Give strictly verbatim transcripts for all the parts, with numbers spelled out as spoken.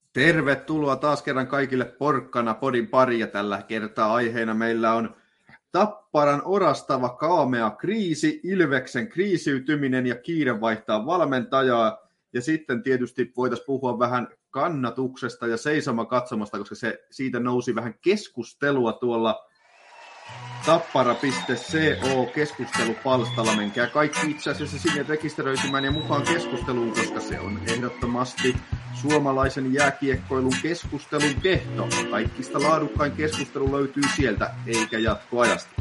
Tervetuloa taas kerran kaikille Porkkana podin pari, ja tällä kertaa aiheena meillä on Tapparan orastava kaamea kriisi, Ilveksen kriisiytyminen ja kiire vaihtaa valmentajaa, ja sitten tietysti voitaisiin puhua vähän kannatuksesta ja seisoma katsomasta, koska se, siitä nousi vähän keskustelua tuolla tappara piste co keskustelupalstalla. Menkää kaikki itse asiassa sinne rekisteröitymään ja mukaan keskusteluun, koska se on ehdottomasti suomalaisen jääkiekkoilun keskustelun kehto. Kaikista laadukkain keskustelu löytyy sieltä, eikä jatkoajasta.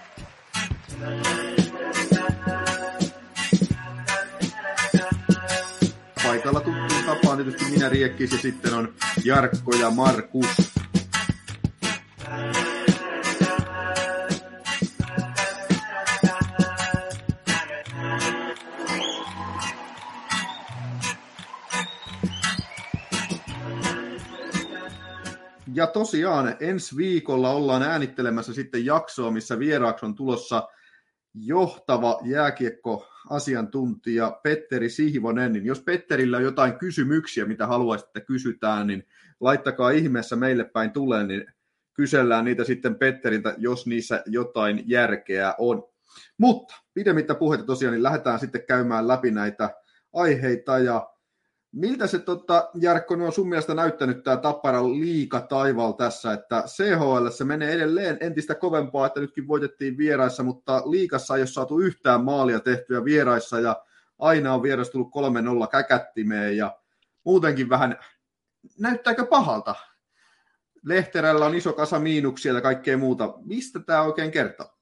Paikalla tuttuun tapaan tietysti minä Riekkis ja sitten on Jarkko ja Markus. Ja tosiaan ensi viikolla ollaan äänittelemässä sitten jaksoa, missä vieraaksi on tulossa johtava jääkiekkoasiantuntija Petteri Sihvonen. Niin jos Petterillä on jotain kysymyksiä, mitä haluaisitte kysytään, niin laittakaa ihmeessä meille päin tulee, niin kysellään niitä sitten Petteriltä, jos niissä jotain järkeä on. Mutta pidemmittä puheita tosiaan, niin lähdetään sitten käymään läpi näitä aiheita ja miltä se, tota, Jarkko, on sun mielestä näyttänyt tämä Tapparan liiga taival tässä, että C H L se menee edelleen entistä kovempaa, että nytkin voitettiin vieraissa, mutta liigassa ei ole saatu yhtään maalia tehtyä vieraissa, ja aina on vieras tullut kolme nolla käkättimeen, ja muutenkin vähän, näyttääkö pahalta? Lehterällä on iso kasa miinuksia ja kaikkea muuta. Mistä tämä oikein kertoo?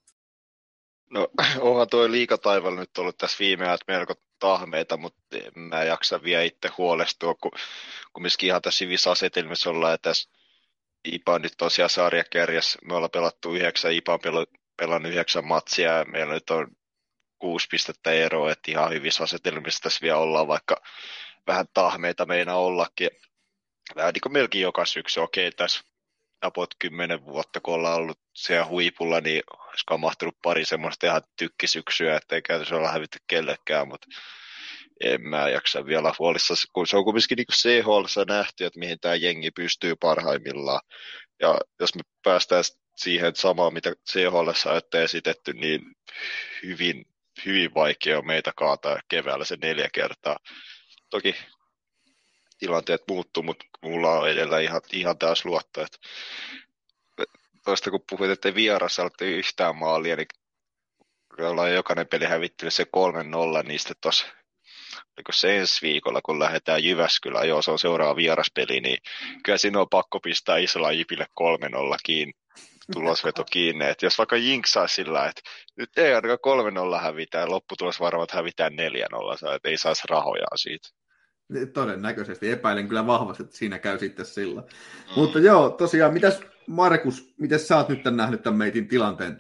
No onhan tuo liigataival nyt ollut tässä viime ajat melko tahmeita, mutta en mä jaksa vielä itse huolestua, kun kumminkin ihan tässä hyvissä asetelmissa ollaan, ja tässä I P A nyt tosiaan sarjakärjessä, me ollaan pelattu yhdeksän, I P A on pelannut yhdeksän matsia, ja meillä nyt on kuusi pistettä eroa, että ihan hyvissä asetelmissa tässä vielä ollaan, vaikka vähän tahmeita meinaa ollakin, vähän niin kuin melkein joka syksy, okei tässä about kymmenen vuotta, kun ollaan ollut siellä huipulla, niin olisiko mahtunut pari semmoista ihan tykkisyksyä, ettei käytössä olla hävitty kellekään, mutta en mä jaksa vielä huolissa, kun se on kuitenkin niin kuin C H L:ssä nähty, että mihin tämä jengi pystyy parhaimmillaan. Ja jos me päästään siihen samaan, mitä C H L:ssä olette esitetty, niin hyvin, hyvin vaikea on meitä kaataa keväällä se neljä kertaa. Toki tilanteet muuttuu, mutta mulla on edellä ihan, ihan täys luotto, että tuosta kun puhuit, että vierassa olette yhtään maalia, niin ollaan jokainen peli hävittänyt se kolme nolla, niin sitten tuossa se ensi viikolla, kun lähdetään Jyväskylään, joo se on seuraava vieraspeli, niin kyllä siinä on pakko pistää isolla Jipille kolme nolla kiinni, tulosveto kiinni, että jos vaikka jinksaa sillä, että nyt ei ainakaan kolme nolla hävitään, lopputulos varmaan hävitään neljä nolla, että ei saisi rahojaan siitä. Todennäköisesti, epäilen kyllä vahvasti, että siinä käy sitten sillä. Mm. Mutta joo, tosiaan, mitäs Markus, miten sä oot nyt nähnyt tämän meitin tilanteen?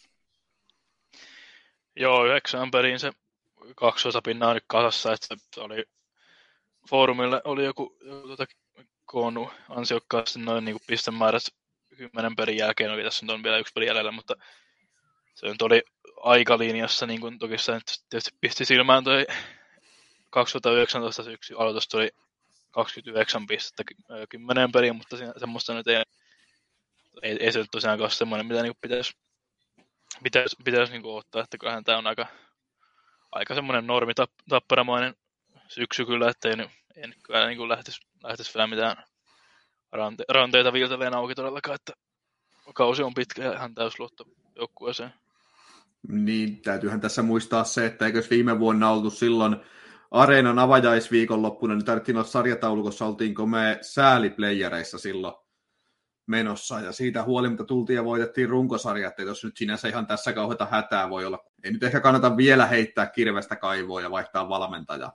Joo, yhdeksän perin se kaksosapinnaa on nyt kasassa, että se oli foorumille oli joku, joku tuota, koonnut ansiokkaasti noin niin pistemäärät kymmenen perin jälkeen, oli tässä nyt on vielä yksi peli jäljellä, mutta se nyt oli aikalinjassa, niin kuin toki se nyt tietysti pisti silmään toi kaksituhattayhdeksäntoista syksy aloitus tuli kaksikymmentäyhdeksän pistettä kymmenen peliin, mutta semmoista nyt ei, ei, ei se nyt tosiaankaan semmoinen, mitä niin pitäisi, pitäisi, pitäisi niin ottaa, että kyllähän tämä on aika, aika semmoinen normi tapparamainen syksy kyllä, että ei, ei nyt kyllä niin lähtisi, lähtisi vielä mitään rante, ranteita viiltäveen auki todellakaan, että kausi on pitkä ja ihan täysluotto joukkueeseen. Niin, täytyyhän tässä muistaa se, että eikös viime vuonna oltu silloin Areenan avajaisviikonloppuna, niin tarvittiin olla sarjataulukossa, oltiinko me sääliplayereissa silloin menossa, ja siitä huolimatta tultiin ja voitettiin runkosarja, että jos nyt sinänsä ihan tässä kauheata hätää voi olla. Ei nyt ehkä kannata vielä heittää kirvestä kaivoa ja vaihtaa valmentajaa.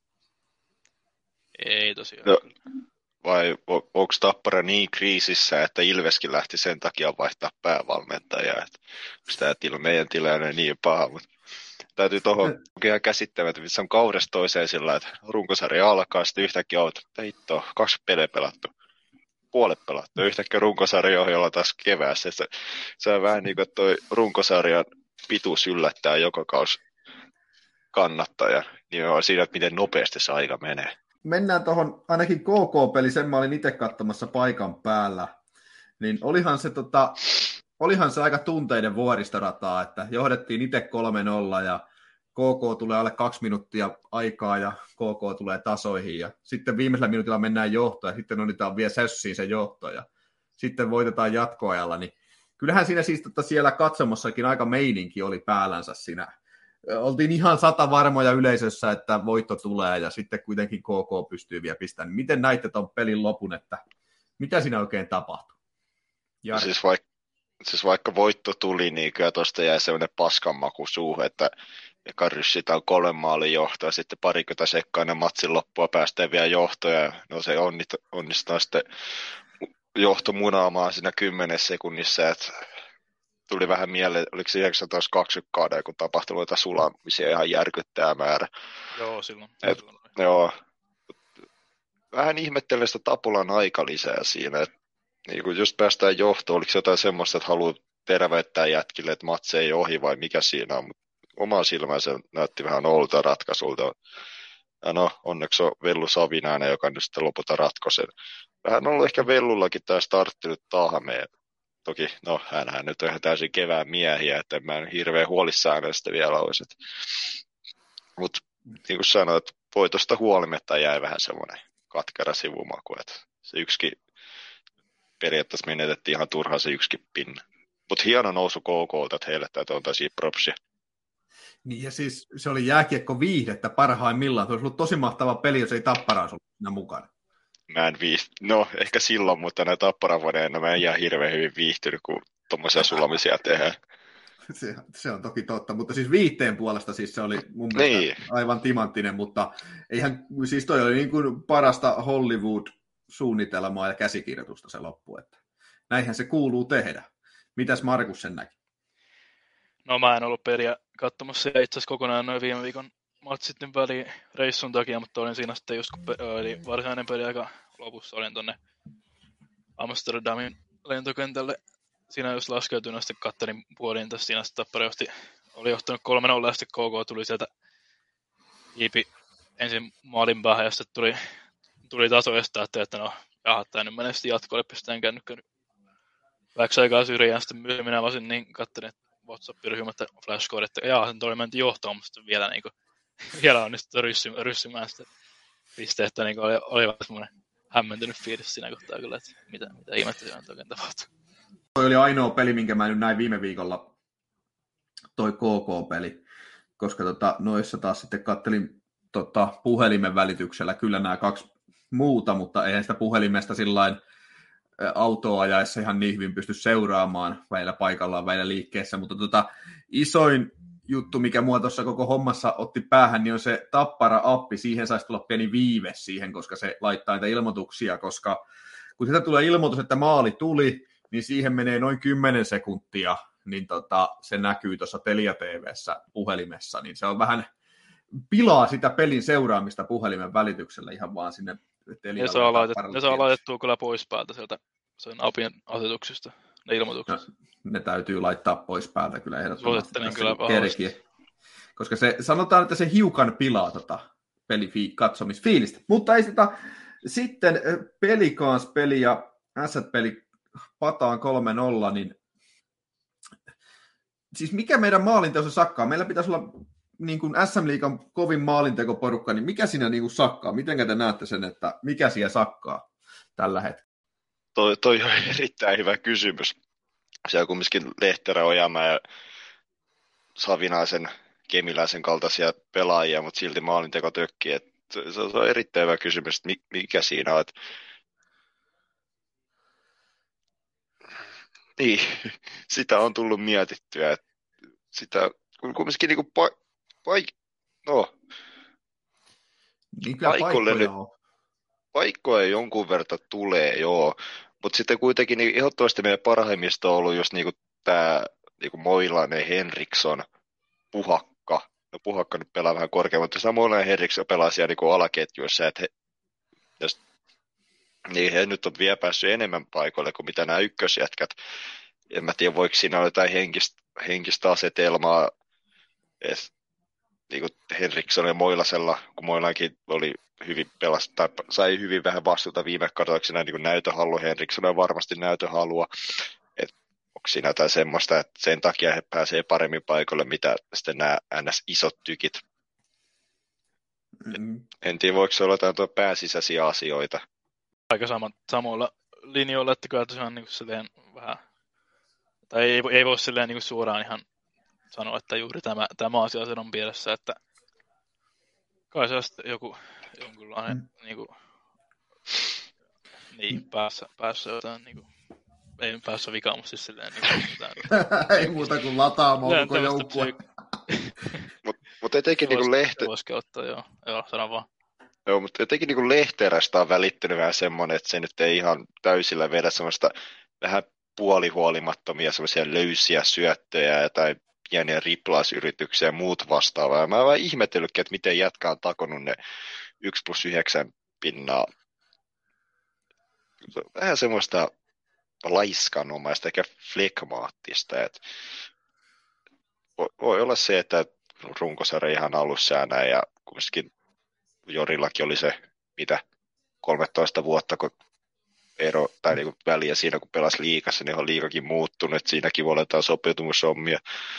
Ei tosiaan. No, vai onko Tappara niin kriisissä, että Ilveskin lähti sen takia vaihtaa päävalmentajaa? Onko tämä tila, meidän tilanne niin paha, mutta täytyy tuohon ihan käsittämättä, että se on kaudesta toiseen sillä, että runkosarja alkaa, sitten yhtäkkiä olet, heittoa, kaksi peliä pelattu, puolet pelattu, yhtäkkiä runkosarja ohjalla taas keväässä. Se, se on vähän niin kuin, että toi runkosarjan pituus yllättää joka kausi kannattaja, niin on siinä, että miten nopeasti se aika menee. mennään tuohon ainakin K K-peli, sen mä olin itse katsomassa paikan päällä, niin olihan se, tota, olihan se aika tunteiden vuoristorataa, että johdettiin itse kolme nolla ja K K tulee alle kaksi minuuttia aikaa ja K K tulee tasoihin ja sitten viimeisellä minuutilla mennään johtoon ja sitten onnitaan vielä sössiin se johto ja sitten voitetaan jatkoajalla, niin kyllähän siinä siis tota siellä katsomossakin aika meininki oli päällänsä siinä. Oltiin ihan sata varmoja yleisössä, että voitto tulee ja sitten kuitenkin K K pystyy vielä pistämään. Miten näitte tuon pelin lopun, että mitä siinä oikein tapahtui? No siis, vaikka, siis vaikka voitto tuli, niin kyllä tuosta jäi sellainen paskanmaku suuhun, että eka ryssitään kolmen maalin johtoa ja sitten parikymmentä sekkainen matsin loppua päästään vielä johtoon ja no se onnistaa sitten johto munaamaan siinä kymmenessä sekunnissa, että tuli vähän mieleen, oliko se yhdeksäntoista kaksikymmentä, kun tapahtui noita sulamisia ihan järkyttää määrä. Joo, silloin. Et, silloin. Joo. Vähän ihmettelen sitä Tapolan aikalisää siinä, että niin kun just päästään johtoon, oliko jotain semmoista, että haluaa terveyttää jätkille, että matse ei ohi vai mikä siinä on, mutta omaan silmään se näytti vähän oulta ratkaisulta. Ja no, onneksi on Vellu Savinainen, joka nyt sitten lopulta ratkoisen. Vähän on ollut ehkä Vellullakin tämä startti nyt Tahameen. Toki, no, hänhän nyt on ihan täysin kevään miehiä, että en mä en hirveän huolissaan näistä vielä olisi. Mutta niin kuin sanoin, että voitosta huolimatta jäi vähän semmoinen katkera sivumaku, että se yksikin periaatteessa menetettiin ihan turhaan se yksikin pinna. Mutta hieno nousu K K:lta, että heille täytyy antaa siitä propsia. Niin ja siis se oli jääkiekko viihdettä parhaimmillaan. Se olisi ollut tosi mahtava peli, jos ei Tappara olisi ollut siinä mukana. Mä en viihty. No, ehkä silloin, mutta näin Tapparan vuoden mä en ihan hirveän hyvin viihtynyt, kun tommoisia sulamisia tehdään. Se, se on toki totta, mutta siis viihteen puolesta siis se oli mun mielestä niin aivan timanttinen, mutta eihän, siis toi oli niin kuin parasta Hollywood-suunnitelmaa ja käsikirjoitusta se loppu, että näinhän se kuuluu tehdä. Mitäs Markus sen näki? No mä en ollut peliä katsomassa ja itse asiassa kokonaan noin viime viikon matsit nyt väliin reissun takia, mutta olin siinä sitten just kun pe- oli varsinainen peli aika lopussa, olin tonne Amsterdamin lentokentälle. Siinä just laskeutui, sitten kattelin puoliin tässä siinä sitten Tappara johti, oli johtanut kolme nolla ja sitten K K tuli sieltä hiipi ensin maalin päähän ja sitten tuli, tuli taso ja sitten ajattelin, että no jaha, tämä nyt menee sitten jatkoille, pistetään kännykkä nyt vähäksi aikaa syrjään. Sitten myöhemmin minä vasin niin kattelin, että WhatsApp-ryhmä, että flashcode, että jaa, sen tuli mentiin johtoon, mutta sitten vielä, niin kuin, vielä onnistui ryssymään, ryssymään sitä pisteet, että niin oli, oli vähän semmoinen hämmentynyt fiilis siinä kohtaa kyllä, että mitä, mitä ihmettä se on oikein tapahtuu. Toi oli ainoa peli, minkä mä nyt näin viime viikolla, toi K K-peli, koska tota, noissa taas sitten kattelin tota, puhelimen välityksellä kyllä nämä kaksi muuta, mutta eihän sitä puhelimesta sillain autoa ajaessa ihan niin hyvin pysty seuraamaan väillä paikallaan, väillä liikkeessä, mutta tota, isoin juttu, mikä mua tuossa koko hommassa otti päähän, niin on se Tappara-appi. Siihen saisi tulla pieni viive siihen, koska se laittaa niitä ilmoituksia, koska kun sitä tulee ilmoitus, että maali tuli, niin siihen menee noin kymmenen sekuntia, niin tota, se näkyy tuossa Telia T V:ssä puhelimessa, niin se on vähän pilaa sitä pelin seuraamista puhelimen välityksellä ihan vaan sinne Telialle. Ne saa, laitet, ne saa laitettua kyllä pois päältä sieltä sen apin asetuksista, ne ilmoitukset. No, ne täytyy laittaa pois päältä kyllä ehdottomasti. Kyllä koska se, sanotaan, että se hiukan pilaa tota pelikatsomisfiilistä. Mutta ei sitä, sitten Pelikans-peli ja Ässät-peli pataan kolme nolla, niin siis mikä meidän maalinteossa sakkaa? Meillä pitäisi olla niin kuin S M-liigan kovin maalintekoporukka, niin mikä siinä niin kuin sakkaa? Miten te näette sen, että mikä siellä sakkaa tällä hetkellä? Toi, toi on erittäin hyvä kysymys. Siellä kumminkin Lehterä, Ojamäe ja Savinaisen, Kemiläisen kaltaisia pelaajia, mutta silti maalinteko tökkii. Se on erittäin hyvä kysymys, että mikä siinä on. Että niin, sitä on tullut mietittyä. Että sitä kumminkin niin kuin pa- paik- no, niin paikoille, paikkoja jonkun verran tulee, joo. Mutta sitten kuitenkin niin ehdottomasti meidän parhaimmista on ollut just niinku tämä niinku Moilanen, Henriksson, Puhakka. No Puhakka nyt pelaa vähän korkeammin, mutta sitä Moilanen Henriksson pelaa siellä niinku alaketjuissa. Että he, jos, niin he nyt on vielä päässyt enemmän paikoille kuin mitä nämä ykkösjätkät. En mä tiedä, voiko siinä olla jotain henkistä, henkistä asetelmaa. Et, niin kuin Henriksson ja Moilasella, kun Moilakin oli hyvin pelasta, tai sai hyvin vähän vastuuta viime kaudeksi näin niin näytöhalua, Henriksson on varmasti näytöhalua, että onko siinä jotain semmoista, että sen takia he pääsee paremmin paikalle, mitä sitten nämä ns. Isot tykit. Mm-hmm. En tiedä, voiko se olla jotain tuo pääsisäisiä asioita. Aika sama, samoilla linjoilla, että kyllä tosiaan niin silleen vähän, tai ei, ei voi silleen niin suoraan ihan sanoa, että juuri tämä, tämä asia on pielessä, että kai se on sitten joku jonkunlainen mm. niin, kuin, niin päässä, päässä jotain, niin kuin, ei päässä vikaa, mutta siis silleen niin kuin, jotain, ei muuta kuin lataamaan koko joukkue. Mutta mut etenkin niin Lehterä... Voisi ottaa, joo, joo, sano vaan. Joo, mutta jotenkin niin Lehterästä on välittynyt vähän semmoinen, että se nyt ei ihan täysillä vedä semmoista vähän puolihuolimattomia semmoisia löysiä syöttöjä tai pieniä riplausyrityksiä ja muut vastaavaa. Mä oon vähän ihmetellytkin, että miten jätkä on takonut ne yksi plus yhdeksän pinnaa. Vähän semmoista laiskanomaista eikä flekmaattista. Että voi olla se, että runkosarja ihan alussa ja näin, ja kumminkin Jorillakin oli se, mitä, kolmetoista vuotta, kun ero, tai niin väliä siinä, kun pelasi liigassa, niin on liigakin muuttunut, että siinäkin voi olla jotain sopeutumushommia.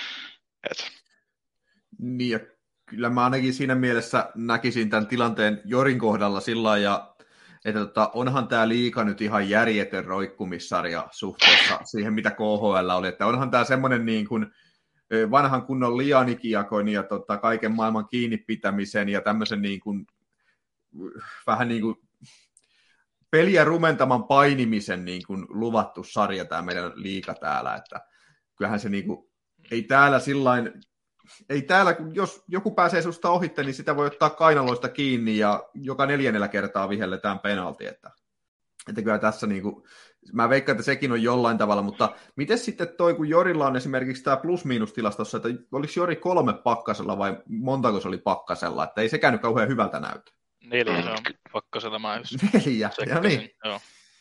Et. Niin, ja kyllä mä ainakin siinä mielessä näkisin tämän tilanteen Jorin kohdalla sillä lailla, että tota, onhan tämä liiga nyt ihan järjetön roikkumissarja suhteessa siihen, mitä K H L oli, että onhan tämä semmoinen niin kuin vanhan kunnon lianikiakon ja tota, kaiken maailman kiinni pitämisen ja tämmöisen niin kuin, vähän niin kuin peliä rumentaman painimisen niin kuin luvattu sarja tämä meidän liiga täällä, että kyllähän se niin kuin, ei täällä sillain, ei täällä, jos joku pääsee susta ohitte, niin sitä voi ottaa kainaloista kiinni ja joka neljännellä kertaa vihelletään penalti, että, että kyllä tässä niin kuin, mä veikkaan, että sekin on jollain tavalla, mutta miten sitten toi, kun Jorilla on esimerkiksi tämä plus-miinus-tilastossa, että oliko Jori kolme pakkasella vai montako se oli pakkasella, että ei sekään nyt kauhean hyvältä näytä. Neljä se on pakkasella, mä just Neljä, ja niin. Joo.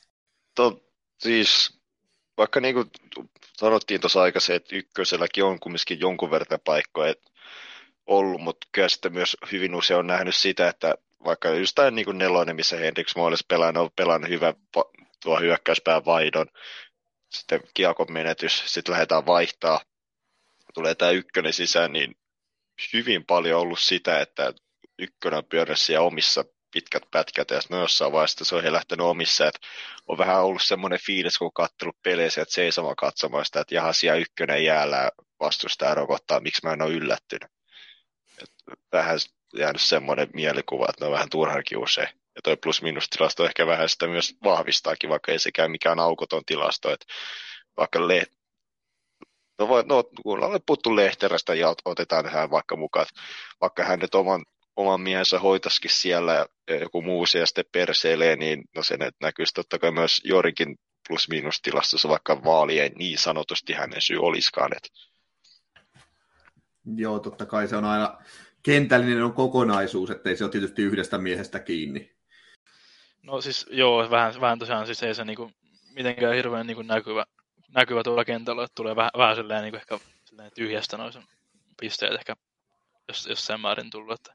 To, siis, vaikka niin kuin sanottiin tuossa aikaisemmin, että ykköselläkin on kumminkin jonkun verran paikkoja ollut, mutta kyllä sitten myös hyvin usein on nähnyt sitä, että vaikka just tämä niin kuin nelonen, missä Henriks Moiles pelaa, on pelannut hyvän tuo hyökkäyspään vaihdon, sitten kiekon menetys, sitten lähdetään vaihtaa, tulee tämä ykkönen sisään, niin hyvin paljon ollut sitä, että ykkönen on pyörinyt siellä omissa pitkät pätkät, ja sitten jossain vaiheessa se on he lähtenyt omissa, että on vähän ollut semmoinen fiilis, kun on katsellut peleissä, että seisomaan katsomaan sitä, että jaha, siellä ykkönen jäällä vastustaa rokottaa, miksi mä en ole yllättynyt. Et vähän jäänyt semmoinen mielikuva, että ne on vähän turhankin usein. Ja toi plus-minus-tilasto ehkä vähän sitä myös vahvistaakin, vaikka ei sekään mikään aukoton tilasto. Että vaikka le- no, voi, no kun ollaan puhuttu Lehterästä ja otetaan tähän vaikka mukaan, vaikka hän nyt oman, oman miehensä hoitaisikin siellä ja joku muu siellä sitten perseilee, niin no se näkyisi totta kai myös Jorinkin plus-minus-tilastossa, vaikka vaali ei niin sanotusti hänen syy olisikaan. Että. Joo, totta kai se on aina kentällinen on kokonaisuus, ettei se ole tietysti yhdestä miehestä kiinni. No siis joo, vähän, vähän tosiaan siis ei se niinku mitenkään hirveän niinku näkyvä, näkyvä tuolla kentällä, että tulee vähän, vähän silleen niinku ehkä silleen tyhjästä noisen pisteet ehkä, jos, jos sen määrin tullut. Että.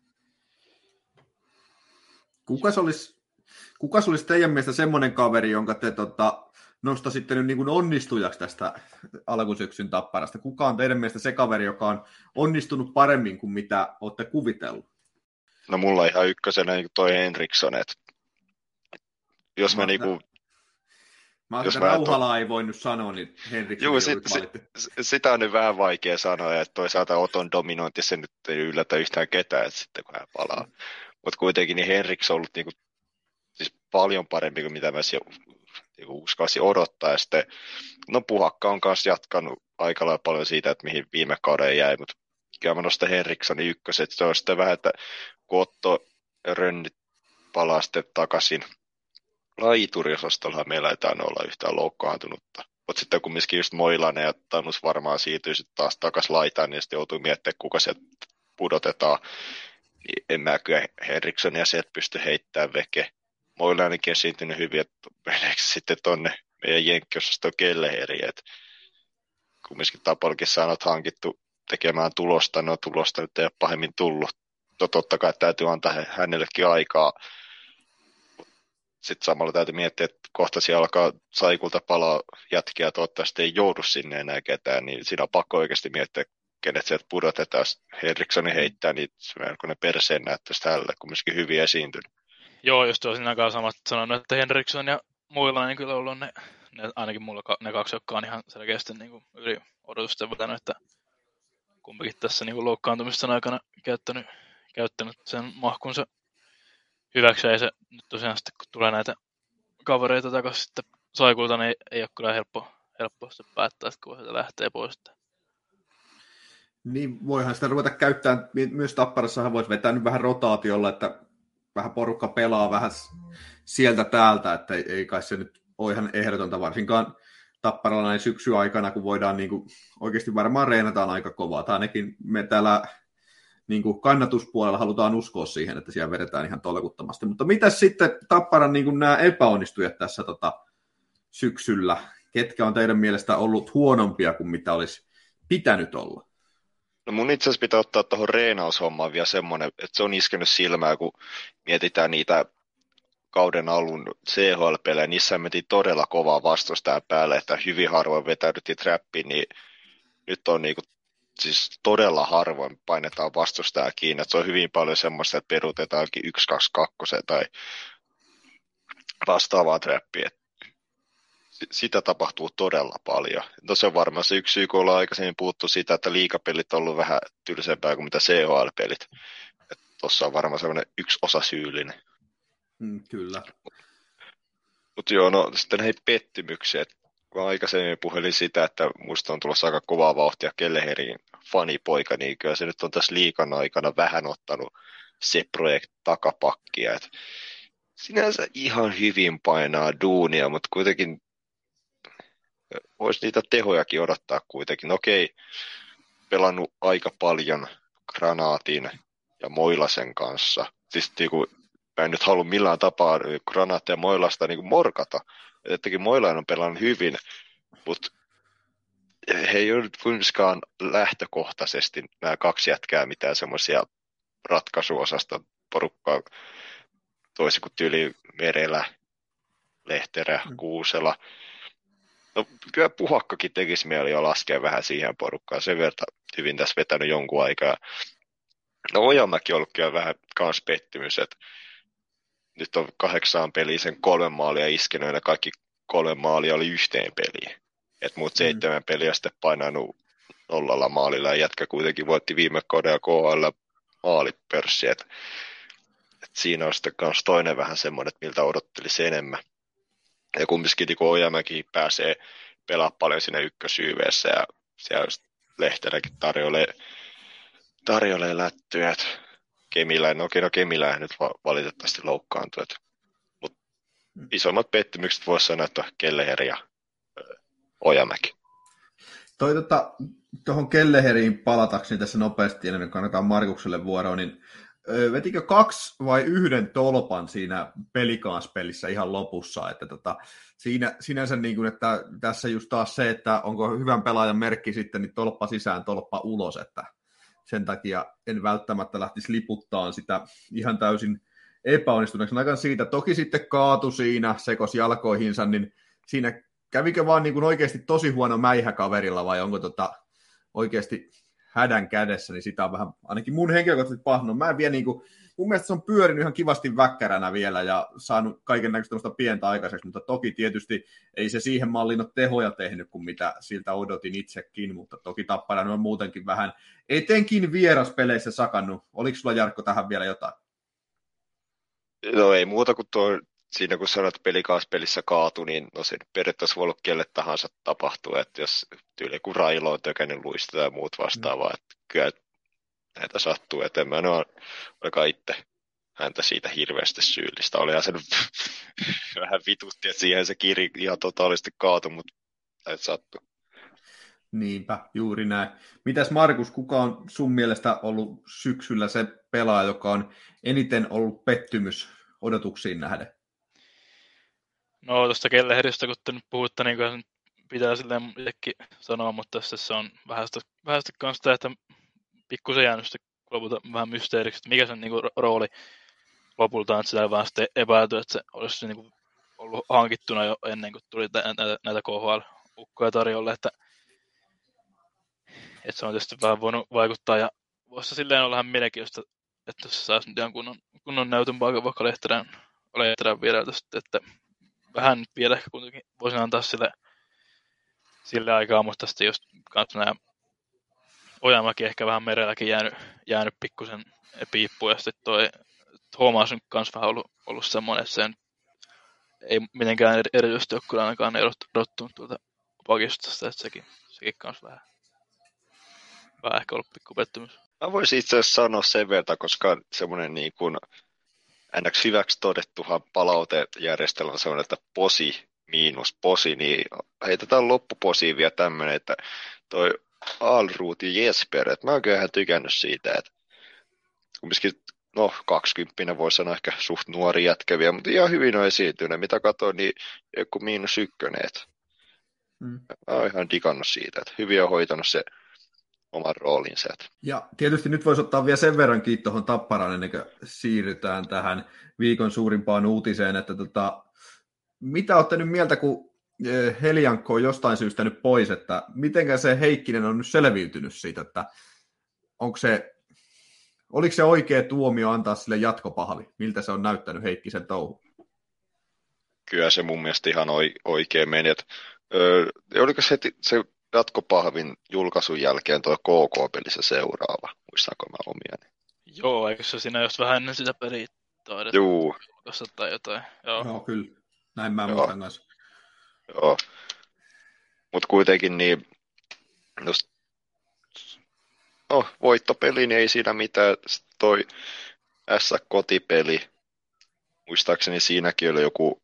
Kukas olisi, kukas olisi teidän mielestä semmoinen kaveri, jonka te tota, nostaisitte nyt niin kuin onnistujaksi tästä alkusyksyn Tapparasta? Kuka on teidän mielestä se kaveri, joka on onnistunut paremmin kuin mitä olette kuvitellut? No mulla on ihan ykkösenä niin toi Henriksson, että jos mä, mä niinku... Mä jos mä Rauhala to... ei voinut sanoa, niin Henriksson Joo, sit, sit, sitä on nyt vähän vaikea sanoa, että toisaalta Oton dominointi se nyt ei yllätä yhtään ketään, että sitten kun hän palaa. Mm. Mutta kuitenkin niin Henriksson on ollut niinku, siis paljon parempi kuin mitä mä niinku uskalsin odottaa. Ja sitten, no Puhakka on kanssa jatkanut aika lailla paljon siitä, että mihin viime kauden jäi, mutta kyllä mä nostan Henrikssonin ykköset. Se on sitten vähän, että kun Otto Rönnit palaa sitten takaisin, laituriosastolla meillä ei tainnut olla yhtään loukkaantunutta. Mutta sitten kumminkin just Moilanen ja Tanus varmaan siirtyy sitten taas takaisin laitaan, niin sitten joutuu miettimään, kuka sieltä pudotetaan. Niin en mä kyllä Henrikssonia sieltä pysty heittämään veke. Moilanenkin on siintynyt hyvin, että meneekö sitten tonne meidän jenkkiosaston Kelleheriin. Kumminkin Tapolkin sanot hankittu tekemään tulosta. No tulosta nyt ei ole pahemmin tullut. No, totta kai täytyy antaa hänellekin aikaa. Sitten samalla täytyy miettiä, että kohta siellä alkaa Saikulta palaa jätkiä, toivottavasti ei joudu sinne enää ketään, niin siinä on pakko oikeasti miettiä, kenet sieltä pudotetaan. Jos Henrikssonin heittää, niin kun ne perseen näyttäisi tällä, kumminkin hyvin esiintynyt. Joo, just olisin aikaan samat sanonut, että Henriksson ja muilla niin kyllä ollut ne, ne ainakin mulla ne kaksi, jotka on ihan selkeästi niin kuin yli odotusten vetänyt, että kumpikin tässä niin kuin loukkaantumisten aikana käyttänyt, käyttänyt sen mahkunsa hyväksi. Ja se nyt tosiaan sitten, kun tulee näitä kavereita takaisin sitten Saikulta, niin ei, ei ole kyllä helppo, helppo sitten päättää, että kun se lähtee pois. Niin, voihan sitä ruveta käyttämään. Myös Tapparassahan voisi vetää nyt vähän rotaatiolla, että vähän porukka pelaa vähän sieltä täältä, että ei, ei kai se nyt ole ihan ehdotonta, varsinkaan Tapparalla näin syksy aikana, kun voidaan niin kuin, oikeasti varmaan reenataan aika kovaa. Tai ainakin me täällä niin kuin kannatuspuolella halutaan uskoa siihen, että siellä vedetään ihan tolkuttomasti. Mutta mitäs sitten Tapparan niin kuin nämä epäonnistujat tässä tota, syksyllä? Ketkä on teidän mielestä ollut huonompia kuin mitä olisi pitänyt olla? No mun itse asiassa pitää ottaa tuohon reenaushommaan vielä semmoinen, että se on iskenyt silmää, kun mietitään niitä kauden alun C H L-pelejä. Niissä mentiin todella kovaa vastustajan päälle, että hyvin harvoin vetäydyttiin trappiin, niin nyt on niinku, siis todella harvoin painetaan vastustajaa kiinni. Että se on hyvin paljon semmoista, että perutetaankin yksi kaksi kaksi tai vastaavaa trappia. Sitä tapahtuu todella paljon. No se on varmaan se yksi syy, kun ollaan aikaisemmin puhuttu sitä, että liigapelit on ollut vähän tylsempää kuin mitä C H L-pelit. Tuossa on varmaan semmoinen yksi osa syyllinen. Mm, kyllä. Mutta joo, no sitten hei pettymyksiä. Kun aikaisemmin puhelin sitä, että musta on tulossa aika kovaa vauhtia Kelleherin fanipoika, niin kyllä se nyt on tässä liigan aikana vähän ottanut se projekt takapakkia. Et sinänsä ihan hyvin painaa duunia, mutta kuitenkin voisi niitä tehojakin odottaa kuitenkin. Okei, pelannut aika paljon Granaatin ja Moilasen kanssa. Siis niinku, mä en nyt halua millään tapaa Granaattia ja Moilasta niinku morkata. Ettekin Moilainen on pelannut hyvin, mutta he ei ole nyt kuitenkaan lähtökohtaisesti nämä kaksi jätkää mitään semmoisia ratkaisuosasta porukkaa toisin kuin tyyli Merelä, Lehterä, Kuusela. No kyllä Puhakkakin tekisi mieli jo laskea vähän siihen porukkaan. Sen verran hyvin tässä vetänyt jonkun aikaa. No Ojamäki on ollut kyllä vähän kans pettymys, että nyt on kahdeksaan peliin sen kolme maalia iskenyt ja kaikki kolme maalia oli yhteen peliin. Että muut seitsemän peliä sitten painanut nollalla maalilla ja jätkä kuitenkin voitti viime kaudella K H L maalipörssi. Et, et siinä on sitten kans toinen vähän semmoinen, että miltä odottelisi enemmän. Ja kumminkin kun Ojamäki pääsee pelaamaan paljon sinne ykkösyyveessä ja siellä Lehteräkin tarjoilee, tarjoilee lättyjä. Kemiläinen, no, no Kemiläinen nyt valitettavasti loukkaantui. Mutta isommat pettymykset voisi sanoa, että Kelleher ja Ojamäki. Toi tota, tuohon Kelleheriin palatakseni tässä nopeasti, ennen kuin kannetaan Markukselle vuoroon, niin vetikö kaksi vai yhden tolpan siinä Pelikans-pelissä ihan lopussa, että tota, siinä, sinänsä niin kuin, että tässä just taas se, että onko hyvän pelaajan merkki sitten, niin tolppa sisään, tolppa ulos, että sen takia en välttämättä lähtisi liputtaan sitä ihan täysin epäonnistuneeksi. Aikaan siitä toki sitten kaatu siinä, sekos jalkoihinsa, niin siinä kävikö vaan niin kuin oikeasti tosi huono mäihä kaverilla vai onko tota oikeasti hädän kädessä, niin sitä on vähän, ainakin mun henkilökohtaisesti pahno. Mä en vielä niin kuin, mun mielestä se on pyörinyt ihan kivasti väkkäränä vielä ja saanut kaiken näköistä pientä aikaiseksi, mutta toki tietysti ei se siihen malliin ole tehoja tehnyt kuin mitä siltä odotin itsekin, mutta toki Tappara on muutenkin vähän etenkin vieraspeleissä sakannut. Oliko sulla Jarkko tähän vielä jotain? No ei muuta kuin tuo, siinä kun sanoit, että Pelikans-pelissä kaatu, niin no se periaatteessa voi olla kelle tahansa tapahtuu, että jos tyyli kun Railo on tökäinen luista ja muut vastaavaa, mm. että kyllä näitä sattuu, että en mä ole olekaan itse häntä siitä hirveästi syyllistä. Olihan se nyt vähän vitutti, että siihen se kiri ihan totaalisesti kaatui, mutta näitä sattuu. Niinpä, juuri näin. Mitäs Markus, kuka on sun mielestä ollut syksyllä se pelaaja, joka on eniten ollut pettymys odotuksiin nähden? No tuosta Kelleheristä, kun te nyt puhutte, niin pitää silleen itsekin sanoa, mutta tässä se on vähän sitä, vähän sitä kanssa, että pikkusen jäänyt sitä lopulta vähän mysteeriksi, että mikä sen niinku rooli lopulta, että sitä ei vaan sitten epäilty, että se olisi niinku ollut hankittuna jo ennen kuin tuli näitä, näitä K H L-ukkoja tarjolle, että, että se on tietysti vähän voinut vaikuttaa, ja voisi silleen olla ihan mielenkiintoista, että se saisi nyt ihan kunnon, kunnon näytön paikan vaikka Lehterän, Lehterän viereltä sitten, että vähän vielä ehkä kuitenkin voisin antaa sille, sille aikaa, mutta sitten just kanssa nämä Ojamäki ehkä vähän merelläkin jäänyt, jäänyt pikkusen piippuun, ja sitten toi Thomas on kanssa vähän ollut, ollut semmoinen, että se ei mitenkään erityisesti ole kyllä ainakaan erottunut tuolta pakistosta, että sekin, sekin kanssa vähän, vähän ehkä ollut pikku pettymys. Mä voisin itse asiassa sanoa sen verran, koska semmoinen niin kuin N X hyväksi todettuhan palautejärjestelmä on semmoinen, että posi miinus posi, niin heitetään loppuposiin vielä tämmöinen, että toi Alruut ja Jesper, että mä oon kyllä ihan tykännyt siitä, että kumminkin, no kaksikymppinen voi sanoa ehkä suht nuori jätkeviä, mutta ihan hyvin on esiintynyt, mitä katsoin, niin joku miinus ykkönen, että mm. mä oon ihan digannut siitä, että hyvin on hoitanut se oman roolinsa. Ja tietysti nyt voisi ottaa vielä sen verran kiinni tuohon Tapparaan, ennen kuin siirrytään tähän viikon suurimpaan uutiseen, että tota, mitä olette nyt mieltä, kun Heliankko on jostain syystä nyt pois, että mitenkä se Heikkinen on nyt selviytynyt siitä, että onko se, oliko se oikea tuomio antaa sille jatkopahvi, miltä se on näyttänyt Heikkisen touhu? Kyllä se mun mielestä ihan oikein meni, että öö, oliko se, se jatkopahvin julkaisun jälkeen tuo K K-peli se seuraava, muistanko mä omiani? Joo, eikö se siinä just vähän ennen sitä peliä taidettu julkaista tai jotain? Joo, Joo kyllä, näin mä muistan kanssa. Joo, mutta kuitenkin niin, jos no, voittopeli, niin ei siinä mitään. Sitten toi S-kotipeli, muistaakseni siinäkin oli joku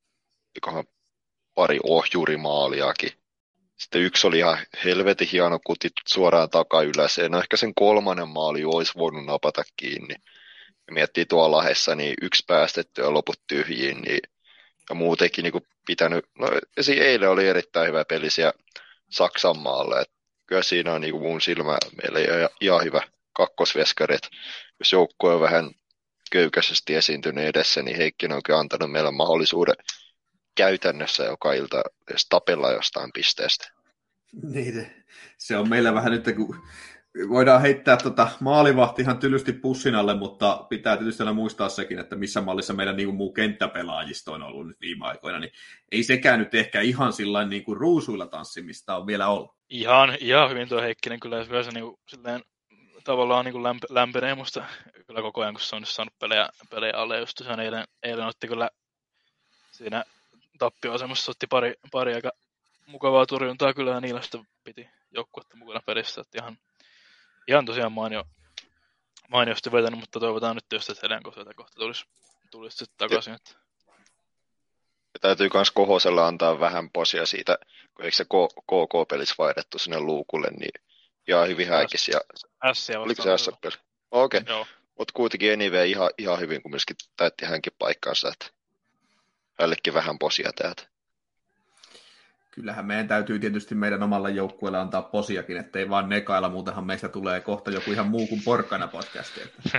pari ohjurimaaliakin. Sitten yksi oli ihan helvetin hieno kutit suoraan takayläseen. No ehkä sen kolmannen maali olisi voinut napata kiinni. Ja miettii tuolla Lahdessa, niin yksi päästetty ja loput tyhjiin, niin ja muutenkin niin kuin pitänyt, no esim. Eilen oli erittäin hyvä peli siellä Saksan maalle, että kyllä siinä on niin kuin mun silmä meillä ihan hyvä kakkosveskari, että jos joukkue on vähän köykäisesti esiintynyt edessä, niin Heikkinen on kyllä antanut meille mahdollisuuden käytännössä joka ilta edes tapella jostain pisteestä. Niin, se on meillä vähän nyt, kun voidaan heittää tota maalivahti ihan tylysti pussin alle, mutta pitää tietysti aina muistaa sekin, että missä mallissa meidän niin kuin muu kenttäpelaajisto on ollut nyt viime aikoina, niin ei sekään nyt ehkä ihan sillain niin kuin ruusuilla tanssimista on vielä ollut. Ihan, ihan hyvin tuo Heikkinen kyllä, kyllä se niin kuin, silleen, tavallaan niin kuin lämp- lämpenee musta kyllä koko ajan, kun se on saanut pelejä, pelejä alle. Just tosiaan eilen, eilen otti kyllä siinä tappioasemassa otti pari, pari aika mukavaa torjuntaa kyllä, ja niillä sitten piti joukkuetta mukana pelissä, että ihan Ihan tosiaan mainio, mainiosti vetänyt, mutta toivotaan nyt just, että Helenko sieltä kohta tulisi, tulisi sitten takaisin. Että... Ja täytyy myös Kohoselle antaa vähän posia siitä, kun eikö se K K-pelissä vaihdettu sinne luukulle, niin ihan hyvin häikis. Ja... Oliko se S-peli? Okei, okay. Mutta kuitenkin anyway ihan, ihan hyvin, kun myöskin täytti hänkin paikkansa, että hänellekin vähän posia täältä. Kyllähän meidän täytyy tietysti meidän omalla joukkueella antaa posiakin, ettei vaan nekailla, muutenhan meistä tulee kohta joku ihan muu kuin porkkana podcasti.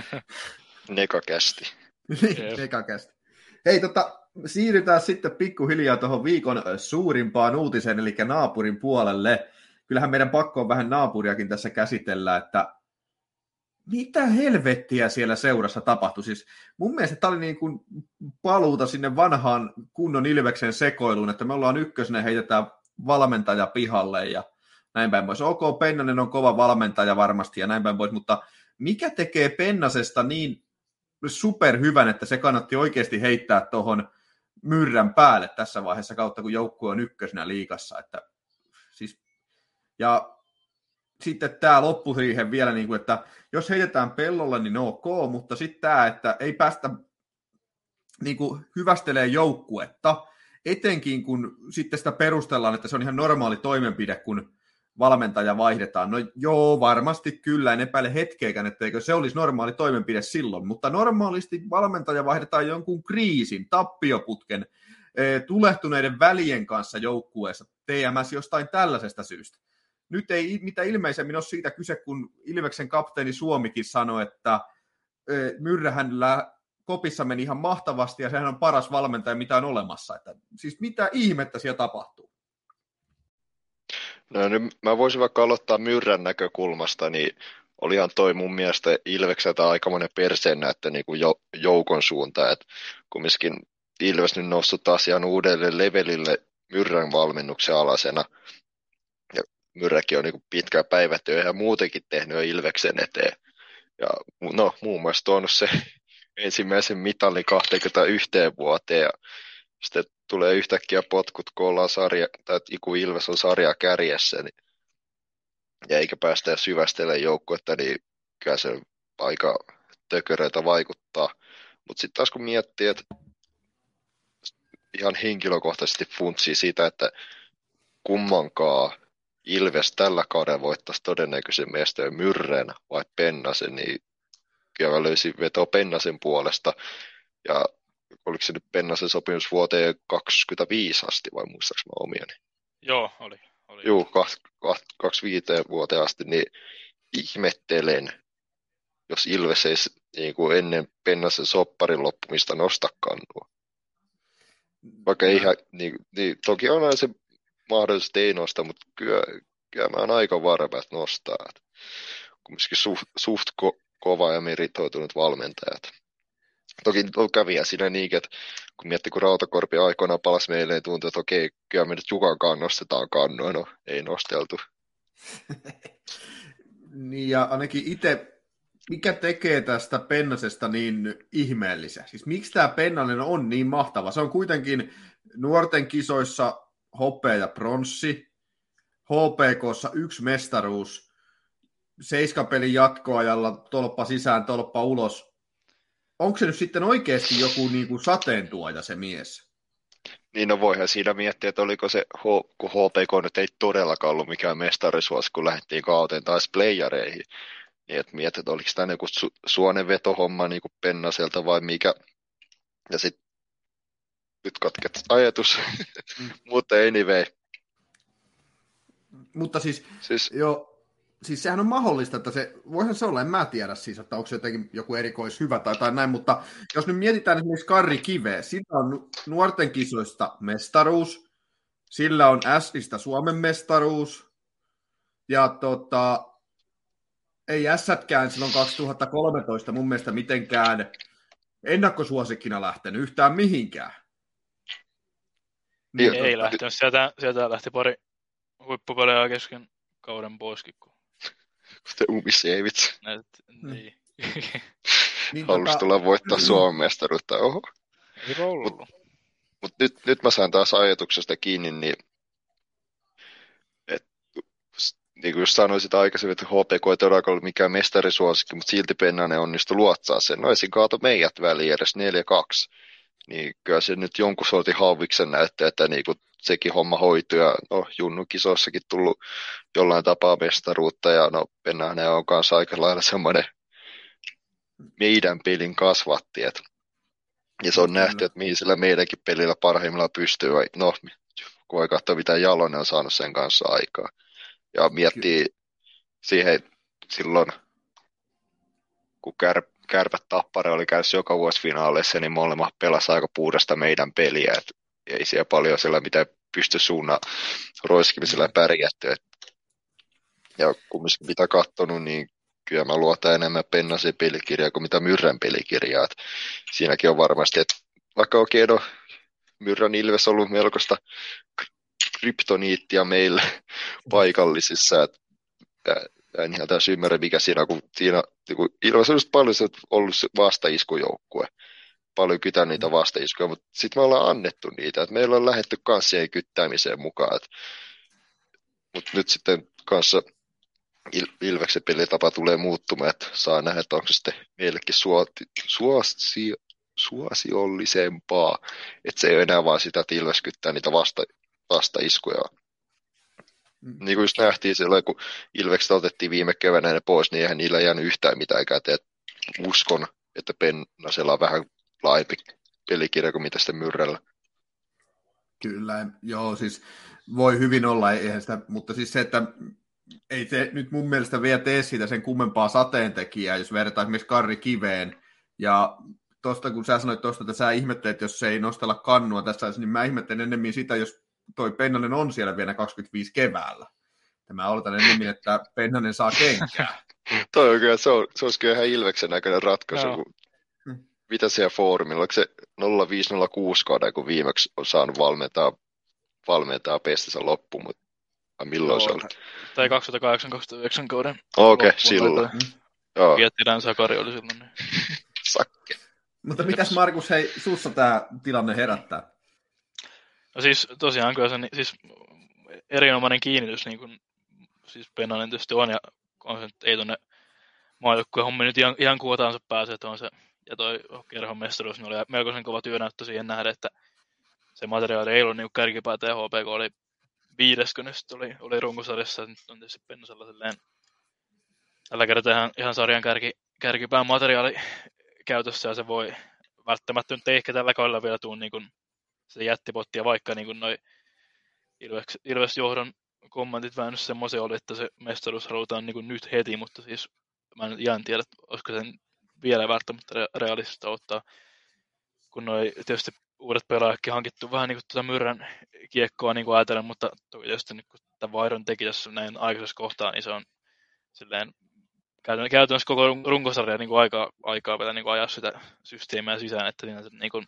Nekakästi. Nekakästi. Hei, tota, siirrytään sitten pikkuhiljaa tuohon viikon suurimpaan uutiseen, eli naapurin puolelle. Kyllähän meidän pakko on vähän naapuriakin tässä käsitellä, että mitä helvettiä siellä seurassa tapahtui? Siis mun mielestä tämä oli niin kuin paluuta sinne vanhaan kunnon Ilveksen sekoiluun, että me ollaan ykkösenä, heitetään valmentaja pihalle ja näin päin pois. Ok, Pennanen on kova valmentaja varmasti ja näin päin pois, mutta mikä tekee Pennasesta niin superhyvän, että se kannatti oikeasti heittää tuohon myrrän päälle tässä vaiheessa kautta, kun joukkue on ykkösenä liigassa. Että, siis, ja sitten tämä loppusiihen vielä, niin kuin, että jos heitetään pellolle, niin ok, mutta sitten tämä, että ei päästä niin kuin, hyvästelee joukkuetta, etenkin kun sitten sitä perustellaan, että se on ihan normaali toimenpide, kun valmentaja vaihdetaan. No joo, varmasti kyllä, en epäile hetkeäkään, etteikö se olisi normaali toimenpide silloin, mutta normaalisti valmentaja vaihdetaan jonkun kriisin, tappioputken tulehtuneiden välien kanssa joukkueessa T M S jostain tällaisesta syystä. Nyt ei mitä ilmeisemmin ole siitä kyse, kun Ilveksen kapteeni Suomikin sanoi, että Myrrähänellä kopissa meni ihan mahtavasti ja sehän on paras valmentaja, mitä on olemassa. Että, siis mitä ihmettä siellä tapahtuu? No nyt mä voisin vaikka aloittaa Myrrän näkökulmasta, niin olihan toi mun mielestä Ilvekseltä aikamoinen perseenäyttö niin kuin joukon suuntaan, että kumminkin Ilves nyt noussut taas ihan uudelle levelille Myrrän valmennuksen alasena, ja Myrräkin on niin kuin pitkää päivätyötä ja muutenkin tehnyt jo Ilveksen eteen, ja no muun muassa tuonut se ensimmäisen mitalin kaksikymmentäyksi vuoteen, ja sitten tulee yhtäkkiä potkut, kun ollaan sarja, tai kun Ilves on sarja kärjessä, niin, ja eikä päästä syvästelemään joukkuetta, niin kyllä se aika tököröitä vaikuttaa. Mutta sitten taas kun miettii, että ihan henkilökohtaisesti funtsii sitä, että kummankaan Ilves tällä kaudella voittaisi todennäköisen mestajan Myrren vai Pennasen, niin kyllä mä löysin vetoa Pennasen puolesta, ja oliko se nyt Pennasen sopimus vuoteen kaksikymmentäviisi asti, vai muistaaks mä omiani? Joo, oli. oli. Joo, kaksikymmentäviisi vuoteen asti, niin ihmettelen, jos Ilves ei niin kuin ennen Pennasen sopparin loppumista nosta kannua. Vaikka ei ihan, niin, niin, toki on se mahdollisesti ei nosta, mutta kyllä, kyllä mä oon aika varma, että nostaa. Kumminkin suht, suht ko, kova ja meritoitunut valmentajat. Toki käviä siinä niin, että kun miettii, kun Rautakorpi aikoinaan palasi meille, niin tuntui, että okei, kyllä me nyt Jukankaan nostetaan kannua. No, ei nosteltu. Niin, ja ainakin itse, mikä tekee tästä Pennasesta niin ihmeellisen? Siis miksi tämä Pennanen on niin mahtava? Se on kuitenkin nuorten kisoissa hopea ja pronssi, H P K:ssa yksi mestaruus, seiskapelin jatkoajalla tolppa sisään, tolppa ulos. Onko se nyt sitten oikeasti joku niin kuin sateentuoja se mies? Niin, no voihan siinä miettiä, että oliko se, kun H P K nyt ei todellakaan ollut mikään mestarisuosi, kun lähdettiin kauteen taas playareihin. Niin, että mietit, että oliko tämä joku su- suonenvetohomma niin kuin Pennaselta vai mikä. Ja sitten nyt katket ajatus, mm. mutta anyway. Mutta siis, siis jo... Siis sehän on mahdollista, että se, voihan se olla, en mä tiedä siis, että onko se jotenkin joku erikois hyvä tai, tai näin, mutta jos nyt mietitään esimerkiksi Karri Kiveä, sillä on nuorten kisoista mestaruus, sillä on Sistä Suomen mestaruus, ja tota, ei Ässätkään silloin kaksituhattakolmetoista mun mielestä mitenkään ennakkosuosikkina lähtenyt yhtään mihinkään. Niin, ei tota, lähtenyt, sieltä, sieltä lähti pari huippupelejä kesken kauden poiskin. Kuten Umiseivits. Niin. niin halusi tota... tulla voittaa Suomen mestaruutta. Oho. Mutta mut nyt, nyt mä saan taas ajatuksesta kiinni, niin, et, niin kuin jos sanoisit aikaisemmin, että H P K ei todellakaan ollut mikään mestarisuosikki, mutta silti Pennanen onnistui luotsaa sen. No esim. Kaato meidät väliin edes neljä kaksi. Niin kyllä se nyt jonkun sortin hauviksen näyttää, että niinku sekin homma hoitui, ja no Junnu-kisoissakin tullut jollain tapaa mestaruutta, ja no Pennanen on kanssa aika lailla semmoinen meidän pelin kasvatti, et, ja se on Kyllä. nähty, että mihin sillä meidänkin pelillä parhaimmillaan pystyy, no kun voi katsoa mitä Jalonen on saanut sen kanssa aikaa, ja miettii Kyllä. siihen silloin, kun kär, Kärpät Tappara oli käynyt joka vuosi finaaleissa, niin molemmat pelasi aika puhdasta meidän peliä, et ei siellä paljon siellä mitään pysty suunnan roiskimisella pärjätty. Ja kun mitä katsonut, niin kyllä mä luotan enemmän Pennasen pelikirjaa kuin mitä Myrrän pelikirjaa. Et siinäkin on varmasti, että vaikka oikein on Myrrän Ilves ollut melkoista kryptoniittia meillä paikallisissa, että en ihan täysin ymmärrä, mikä siinä, kun siinä kun Ilves on just paljon ollut vastaiskujoukkue. Paljon kytää niitä vastaiskuja, mutta sitten me ollaan annettu niitä, että meillä on lähdetty kanssa siihen kyttäämiseen mukaan. Mutta nyt sitten kanssa Il- Ilveksen pelitapa tulee muuttumaan, että saa nähdä, että onko se sitten meillekin suoti, suosi, suosiollisempaa, että se ei ole enää vaan sitä, että Ilves kyttää niitä vasta, vastaiskuja. Mm. Niin kuin just nähtiin silloin, kun Ilveksestä otettiin viime keväänä ne pois, niin eihän niillä jäänyt yhtään mitään käteen. Uskon, että Pennasella on vähän laajempi pelikirja kuin mitä sitten Myrrällä. Kyllä, joo, siis voi hyvin olla, eihän sitä, mutta siis se, että ei se nyt mun mielestä vielä tee siitä sen kummempaa sateentekijää, jos vertaa esimerkiksi Karri Kiveen, ja tuosta kun sä sanoit tuosta, että sä ihmettelet, jos se ei nostella kannua tässä, niin mä ihmettelen ennemmin sitä, jos toi Pennanen on siellä vielä kaksikymmentäviisi keväällä. Ja mä oletan ennemmin, että Pennanen saa kenkää. Toi on kyllä, se, on, se olisi kyllä ihan Ilveksen näköinen ratkaisu. No. Kun, mitä siellä foorumilla, onko se nolla viisi nolla kuusi kauden, kun viimeksi on saanut valmentaa, valmentaa pestinsä loppuun, mutta milloin no, se oli? Tai kaksituhattakahdeksan kaksituhattayhdeksän kauden. Okei, okay, silloin. Joo. Viettilän Sakari oli silloin. Niin. Sakke. Mutta mitäs Markus, hei, sussa tämä tilanne herättää? No siis tosiaan kyllä se siis erinomainen kiinnitys, niin kuin siis Pennanen tietysti on, ja on se, ei tuonne maajoukkueen hommi nyt ihan, ihan kuotaansa pääse, että on se, ja toi kerhon mestaruus niin oli melkoisen kova työnäyttö siihen nähdä, että se materiaali ei ollut niin kärkipäätä, ja H P K oli viides, kun ne sitten oli, oli runkosarjassa, että nyt on tietysti Pennosella silleen tällä kertaa ihan, ihan sarjan kärki, kärkipään materiaali käytössä, ja se voi välttämättä nyt ei ehkä tällä kaudella vielä tule niin kuin se jättipottia, vaikka niin kuin noi Ilves, Ilves-johdon kommentit vähän semmoisia oli, että se mestaruus halutaan niin kuin nyt heti, mutta siis mä en ihan tiedä, olisiko sen vielä välttämättä realistista ottaa, kun noi tietysti uudet pelaajatkin hankittu vähän niin kuin tuota Myrrän kiekkoa niin kuin ajatellen, mutta toki tietysti nyt kun tämän vaihdon teki tässä näin aikaisessa kohtaa, niin se on silleen käytännössä koko runkosarja niin kuin aikaa, aikaa vielä niin kuin ajaa sitä systeemiä sisään, että siinä niin kuin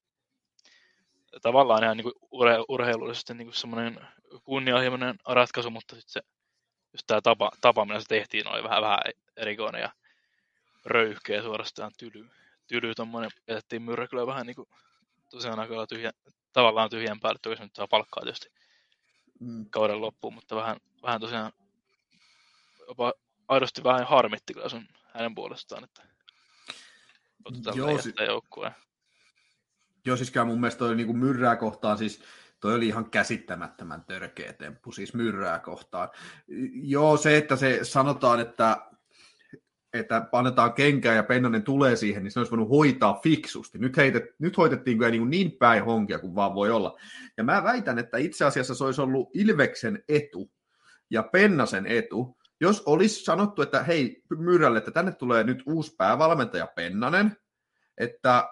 tavallaan ihan niin urhe- urheilullisesti niin semmoinen kunnianhimoinen ratkaisu, mutta sitten se, just tämä tapa, tapa, millä se tehtiin, oli vähän, vähän erikoinen ja röyhkeä suorastaan tyly. Tyly tommoinen, jätettiin Myrrä kyllä vähän niin kuin tosiaan aika tyhjä, tavallaan tyhjän päälle, toki se nyt saa palkkaa tietysti mm. kauden loppuun, mutta vähän, vähän tosiaan jopa aidosti vähän harmitti kyllä sun hänen puolestaan, että otetaan jättää joukkueen. Joo, siis kyllä mun mielestä toi niinku Myrrää kohtaan, siis toi oli ihan käsittämättömän törkeä temppu, siis Myrrää kohtaan. Joo, se, että se sanotaan, että, että annetaan kenkää ja Pennanen tulee siihen, niin se olisi voinut hoitaa fiksusti. Nyt, heitet, nyt hoitettiin kyllä niin, niin päin honkia kuin vaan voi olla. Ja mä väitän, että itse asiassa se olisi ollut Ilveksen etu ja Pennasen etu, jos olisi sanottu, että hei Myrrälle, että tänne tulee nyt uusi päävalmentaja Pennanen, että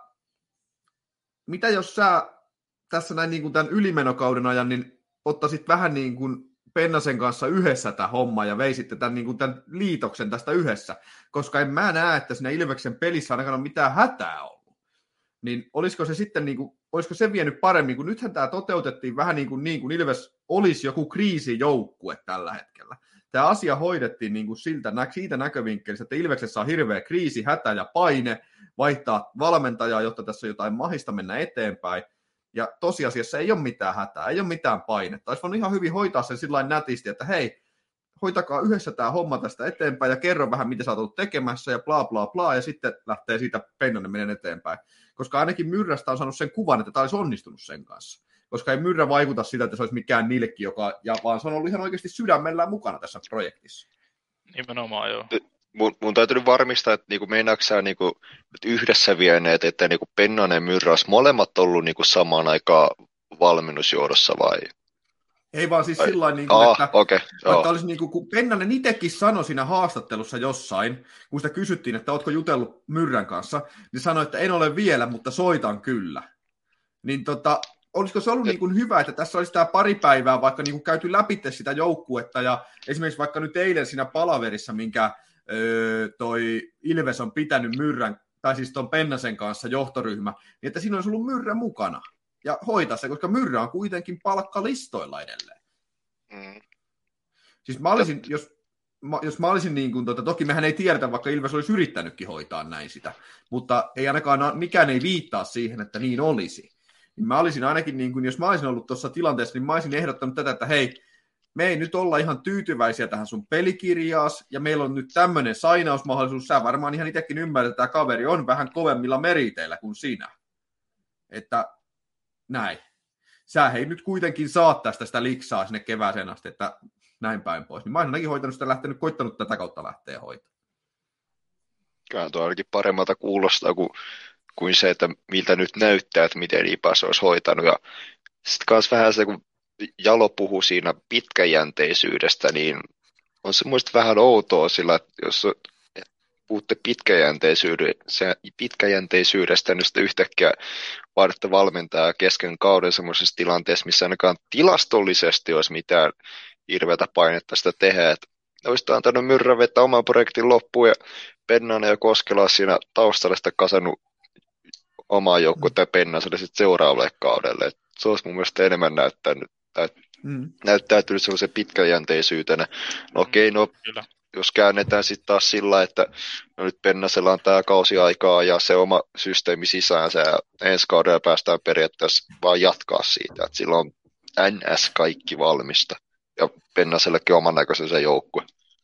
mitä jos sä tässä näin niin kuin tämän ylimenokauden ajan, niin ottaisit vähän niin kuin Pennasen kanssa yhdessä tämä homma ja veisitte tämän, niin kuin tämän liitoksen tästä yhdessä, koska en mä näe, että siinä Ilveksen pelissä ainakaan ole mitään hätää ollut. Niin olisiko se sitten, niin kuin, olisiko se vienyt paremmin, kun nythän tämä toteutettiin vähän niin kuin, niin kuin Ilves olisi joku kriisijoukkue tällä hetkellä. Tämä asia hoidettiin niin kuin siltä, siitä näkövinkkelistä, että Ilveksessä on hirveä kriisi, hätä ja paine, vaihtaa valmentajaa, jotta tässä on jotain mahista mennä eteenpäin. Ja tosiasiassa ei ole mitään hätää, ei ole mitään painetta. Olisi voinut ihan hyvin hoitaa sen sillä lailla nätisti, että hei, hoitakaa yhdessä tämä homma tästä eteenpäin ja kerro vähän, mitä sä oot ollut tekemässä ja bla bla bla, ja sitten lähtee siitä Pennanen menen eteenpäin. Koska ainakin Myrrästä on saanut sen kuvan, että tämä olisi onnistunut sen kanssa. Koska ei Myrrä vaikuta sitä, että se olisi mikään nilkki, joka, ja vaan se on ollut ihan oikeasti sydämellään mukana tässä projektissa. Nimenomaan, joo. Mun, mun täytyy varmistaa, että niinku meinaksää niinku, että yhdessä vieneet, että niinku Pennanen ja Myrrä olisi molemmat ollut niinku samaan aikaan valmennusjohdossa vai? Ei vaan siis sillä niin kuin, että, okay, että olisi niin kuin, kun Pennanen itsekin sanoi siinä haastattelussa jossain, kun sitä kysyttiin, että ootko jutellut Myrrän kanssa, niin sanoi, että en ole vielä, mutta soitan kyllä. Niin tota, olisiko se ollut niin kuin hyvä, että tässä olisi tämä pari päivää vaikka niin kuin käyty läpi sitä joukkuetta, ja esimerkiksi vaikka nyt eilen siinä palaverissa, minkä öö, toi Ilves on pitänyt Myrrän, tai siis ton Pennasen kanssa johtoryhmä, niin että siinä olisi ollut Myrrä mukana. Ja hoitaa se, koska Myrrä on kuitenkin palkkalistoilla edelleen. Mm. Siis mä olisin, jos, mä, jos mä olisin niin kuin, tota, toki mehän ei tiedetä, vaikka Ilves olisi yrittänytkin hoitaa näin sitä, mutta ei ainakaan, mikään ei viittaa siihen, että niin olisi. Niin mä olisin ainakin, niin kuin, jos mä olisin ollut tuossa tilanteessa, niin mä olisin ehdottanut tätä, että hei, me ei nyt olla ihan tyytyväisiä tähän sun pelikirjaas, ja meillä on nyt tämmöinen sainausmahdollisuus, sä varmaan ihan itsekin ymmärrät, että tämä kaveri on vähän kovemmilla meriteillä kuin sinä. Että näin. Sä hei nyt kuitenkin saat tästä sitä liksaa sinne kevääseen asti, että näin päin pois. Niin mä oon ainakin hoitanut sitä lähtenyt, koittanut tätä kautta lähteä hoitaa. Kyllä tuo ainakin paremmalta kuulostaa kuin, kuin se, että miltä nyt näyttää, että miten Ipas olisi hoitanut. Ja Sitten kans vähän se, kun Jalo puhui siinä pitkäjänteisyydestä, niin on se muista vähän outoa sillä, että jos puhutte pitkäjänteisyydestä, niin sitten yhtäkkiä vaaditte valmentaa kesken kauden semmoisessa tilanteessa, missä ainakaan tilastollisesti olisi mitään hirveätä painetta sitä tehdä. Että olisi antanut Myrrä vetää oman projektin loppuun ja Pennanen ja Koskela olisi siinä taustalla sitä kasannut omaa joukkuetta ja Pennaselle sitten seuraavalle kaudelle. Et se olisi mun mielestä enemmän näyttänyt, mm. näyttäytynyt sellaisen pitkäjänteisyytenä. No okei, no Kyllä. jos käännetään sitten taas sillä, että no nyt Pennasella on tämä kausi aikaa ja se oma systeemi sisäänsä ja ensi kaudella päästään periaatteessa vaan jatkaa siitä, että sillä on N S kaikki valmista ja Pennasellekin oman näköisensä joukkue.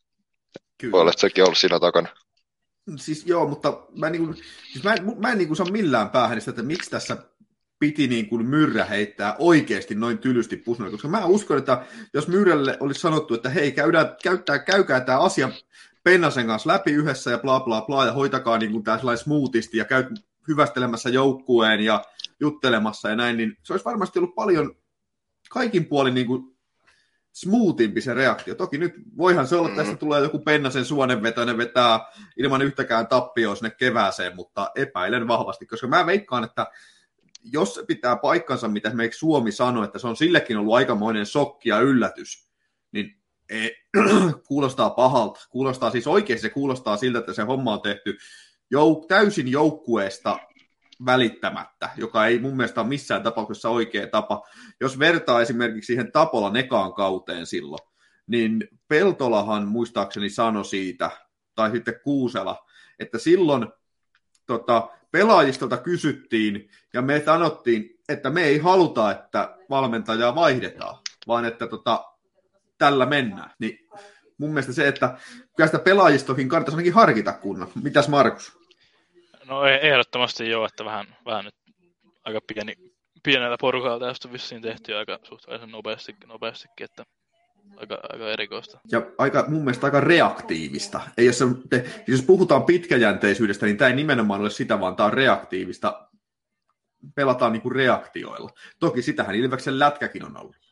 Voi olla, että sekin on ollut siinä takana. Siis joo, mutta mä en, niin kuin, siis mä en, mä en niin kuin saa millään päähän sitä, että miksi tässä piti niin kuin Myrrä heittää oikeasti noin tylysti pusnoja, koska mä uskon, että jos Myrrälle olisi sanottu, että hei, käydään, käyttää, käykää tämä asia Pennasen kanssa läpi yhdessä ja bla bla bla, ja hoitakaa niin kuin tämä sellainen smoothisti ja käy hyvästelemässä joukkueen ja juttelemassa ja näin, niin se olisi varmasti ollut paljon kaikin puolin niin kuin smoothimpi se reaktio. Toki nyt voihan se olla, että tästä tulee joku Pennasen suonenveto, ja ne vetää ilman yhtäkään tappioa sinne kevääseen, mutta epäilen vahvasti, koska mä veikkaan, että jos pitää paikkansa, mitä esimerkiksi Suomi sanoi, että se on sillekin ollut aikamoinen shokki ja yllätys, niin e, kuulostaa pahalta. Kuulostaa siis oikeasti, se kuulostaa siltä, että se homma on tehty jouk- täysin joukkueesta välittämättä, joka ei mun mielestä ole missään tapauksessa oikea tapa. Jos vertaa esimerkiksi siihen Tapolan ekaan kauteen silloin, niin Peltolahan muistaakseni sanoi siitä, tai sitten Kuusela, että silloin tota, pelaajistolta kysyttiin, ja me sanottiin, että me ei haluta, että valmentajaa vaihdetaan, vaan että tota, tällä mennään. Niin mun mielestä se, että kyllä sitä pelaajistokin kannattaisi ainakin harkita kunnon. Mitäs Markus? No ehdottomasti joo, että vähän, vähän nyt aika pieni, pienellä porukalla tästä on vissiin tehty aika suhteellisen nopeasti, nopeastikin, että aika, aika erikoista. Ja aika, mun mielestä aika reaktiivista. Ei, jos, te, jos puhutaan pitkäjänteisyydestä, niin tämä ei nimenomaan ole sitä, vaan tämä on reaktiivista. Pelataan niin kuin reaktioilla. Toki sitähän Ilveksen lätkäkin on ollut.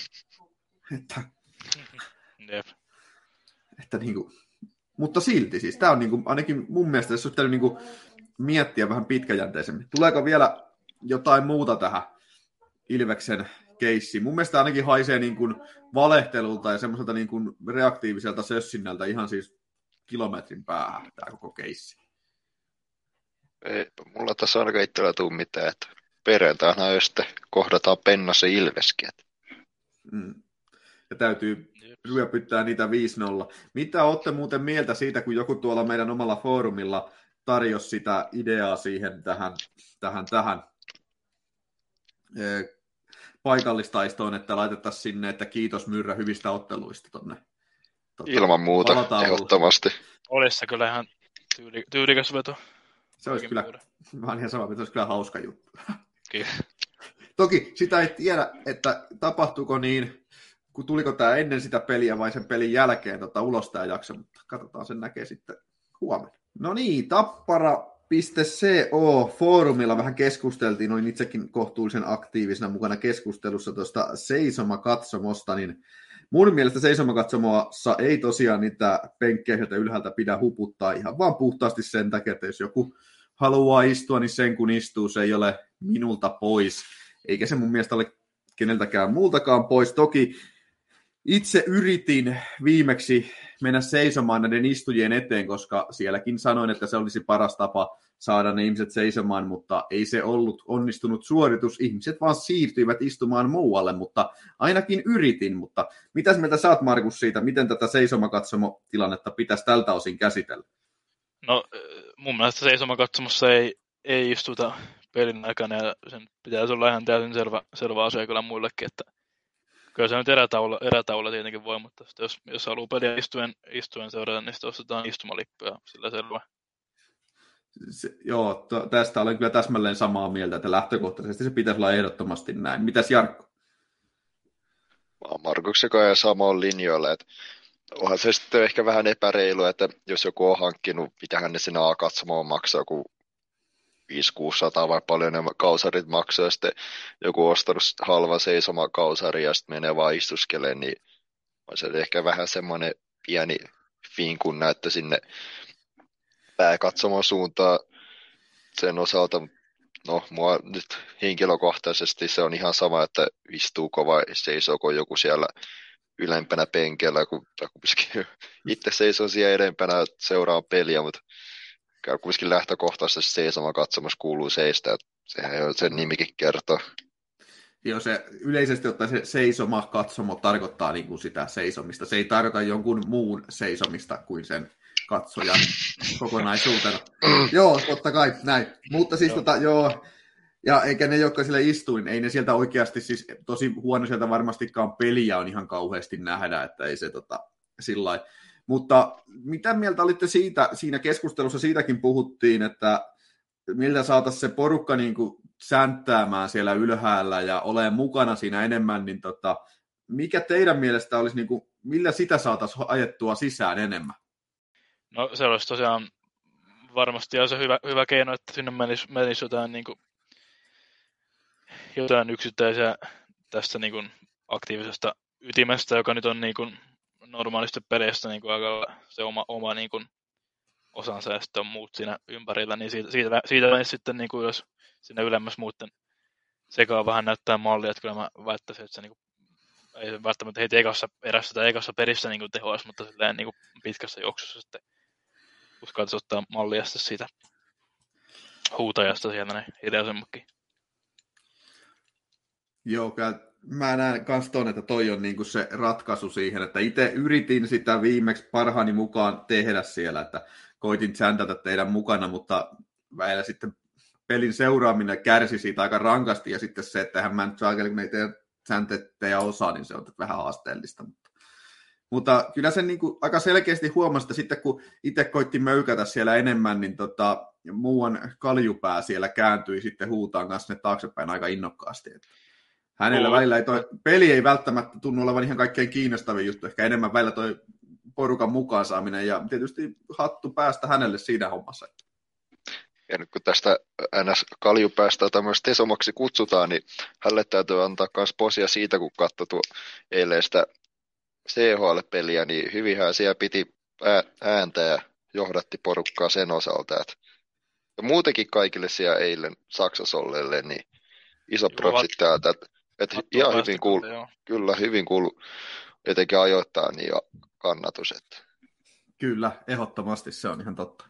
että, Jep. että niin kuin, mutta silti siis, tämä on niin kuin, ainakin mun mielestä, jos olisi pitänyt niin kuin miettiä vähän pitkäjänteisemmin. Tuleeko vielä jotain muuta tähän Ilveksen keissiin? Mun mielestä ainakin haisee niin kuin valehtelulta ja semmoiselta niin kuin reaktiiviselta sössinnältä ihan siis kilometrin päähän tämä koko keissi. Ei, mulla tässä ainakaan itsellä tule mitään, että perjantaina jo sitten kohdataan Pennasen Ilveskin. Mm. Ja täytyy ryöpyttää niitä viisi nolla. Mitä olette muuten mieltä siitä, kun joku tuolla meidän omalla foorumilla tarjosi sitä ideaa siihen tähän, tähän, tähän ee, paikallistaistoon, että laitettaisiin sinne, että kiitos Myrrä hyvistä otteluista tonne. Tota, ilman muuta, ehdottomasti. Olisi se kyllä ihan tyyli, tyylikäs veto. Se olisi kyllä, mä olen ihan sama, että se olisi kyllä hauska juttu. Kyllä. Toki sitä ei tiedä, että tapahtuuko niin, kun tuliko tämä ennen sitä peliä vai sen pelin jälkeen tota, ulos tämä jakso, mutta katsotaan, sen näkee sitten huomenna. No niin, tappara piste co foorumilla vähän keskusteltiin, noin itsekin kohtuullisen aktiivisena mukana keskustelussa tuosta seisomakatsomosta, niin mun mielestä seisomakatsomossa ei tosiaan niitä penkkejä, joita ylhäältä pidä huputtaa ihan vaan puhtaasti sen takia, että jos joku haluaa istua, niin sen kun istuu, se ei ole minulta pois, eikä se mun mielestä ole keneltäkään muultakaan pois. Toki itse yritin viimeksi mennä seisomaan näiden istujien eteen, koska sielläkin sanoin, että se olisi paras tapa saada ne ihmiset seisomaan, mutta ei se ollut onnistunut suoritus. Ihmiset vaan siirtyivät istumaan muualle, mutta ainakin yritin. Mutta mitäs mieltä sä oot, Markus, siitä, miten tätä seisomakatsomotilannetta pitäisi tältä osin käsitellä? No mun mielestä seisomakatsomossa ei, ei istuta pelin aikana, ja sen pitäisi olla ihan täysin selvä, selvä asia kyllä muillekin, että kyllä se nyt erätaula, erätaula tietenkin voi, mutta jos, jos haluaa peliä istuen, istuen seurata, niin sitten ostetaan istumalippuja, sillä selvä. Se, joo, to, tästä olen kyllä täsmälleen samaa mieltä, että lähtökohtaisesti se pitäisi olla ehdottomasti näin. Mitäs Jarkko? Markuksen kanssa samoin linjoilla, että onhan se sitten ehkä vähän epäreilu, että jos joku on hankkinut, mitähän ne sinä A-katsomaan maksaa, joku viisi kuusisataa vai paljon nämä kausarit maksaa, ja sitten joku ostanut halva seisoma kausari ja sitten menee vaan istuskelemaan, niin on se ehkä vähän semmoinen pieni finkun näyttö sinne pääkatsomon suuntaan sen osalta. No, mua nyt henkilökohtaisesti se on ihan sama, että istuuko vai seisooko joku siellä ylempänä penkellä, kun kumminkin itse seison siellä edempänä seuraan peliä, mutta kumminkin lähtökohtaisesti seisoma katsomassa kuuluu seistä, että sehän jo sen nimikin kertoo. Joo, se yleisesti ottaen se seisoma katsomo tarkoittaa niin kuin sitä seisomista. Se ei tarkoita jonkun muun seisomista kuin sen katsojan kokonaisuutena. Joo, totta kai, näin. Mutta siis joo. Tota, joo, ja eikä ne, jotka siellä istuu, niin ei ne sieltä oikeasti, siis tosi huono sieltä varmastikaan peliä on ihan kauheasti nähdä, että ei se tota, sillä lailla. Mutta mitä mieltä olitte siitä, siinä keskustelussa siitäkin puhuttiin, että miltä saataisiin se porukka niin kuin sänttäämään siellä ylhäällä ja olemaan mukana siinä enemmän, niin tota, mikä teidän mielestä olisi, niin kuin, millä sitä saataisiin ajettua sisään enemmän? No se olisi tosiaan varmasti on se hyvä, hyvä keino, että sinne menisi, menisi jotain, niin kuin, jotain yksittäisiä tästä niin kuin, aktiivisesta ytimestä, joka nyt on niin kuin, normaalisti peleistä niin kuin, aika se oma, oma niin kuin, osansa ja sitten on muut siinä ympärillä, niin siitä, siitä, siitä menisi sitten, niin kuin, jos sinne ylemmäs muuten sekaan vähän näyttää mallia, että kyllä mä väittäisin, että se niin kuin, ei välttämättä heti ekassa erässä tai ekassa perissä niin tehoaisi, mutta silleen, niin kuin, pitkässä juoksussa sitten uskaltaisi ottaa mallia siitä huutajasta sieltä ne hiljaisemmakin. Joo, kyllä mä näen myös tuon, että toi on niinku se ratkaisu siihen, että itse yritin sitä viimeksi parhaani mukaan tehdä siellä, että koitin tsändätä teidän mukana, mutta väillä sitten pelin seuraaminen kärsi siitä aika rankasti, ja sitten se, että eihän mä nyt saa, kun ei teidän tsäntettejä osaa, niin se on vähän haasteellista. Mutta, mutta kyllä sen niinku aika selkeästi huomasi, että sitten kun itse koitti möykätä siellä enemmän, niin tota, muuan kaljupää siellä kääntyi sitten huutaan kanssa ne taaksepäin aika innokkaasti. Että hänellä oh. välillä ei toi, peli ei välttämättä tunnu olevan ihan kaikkein kiinnostavin juttu, ehkä enemmän välillä toi porukan mukaan saaminen, ja tietysti hattu päästä hänelle siinä hommassa. Ja nyt kun tästä N S-kaljupäästä tämmöistä tesomaksi kutsutaan, niin hänelle täytyy antaa myös posia siitä, kun katsoi tuo eilen sitä C H L-peliä, niin hyvinhän siellä piti ääntä ja johdatti porukkaa sen osalta. Että ja muutenkin kaikille siellä eilen Saksassa olleille, niin iso propsit täältä. Että, että ihan hyvin kuulu, kyllä hyvin kuulu jotenkin ajoittaa niin jo kannatus. Että. Kyllä, ehdottomasti se on ihan totta.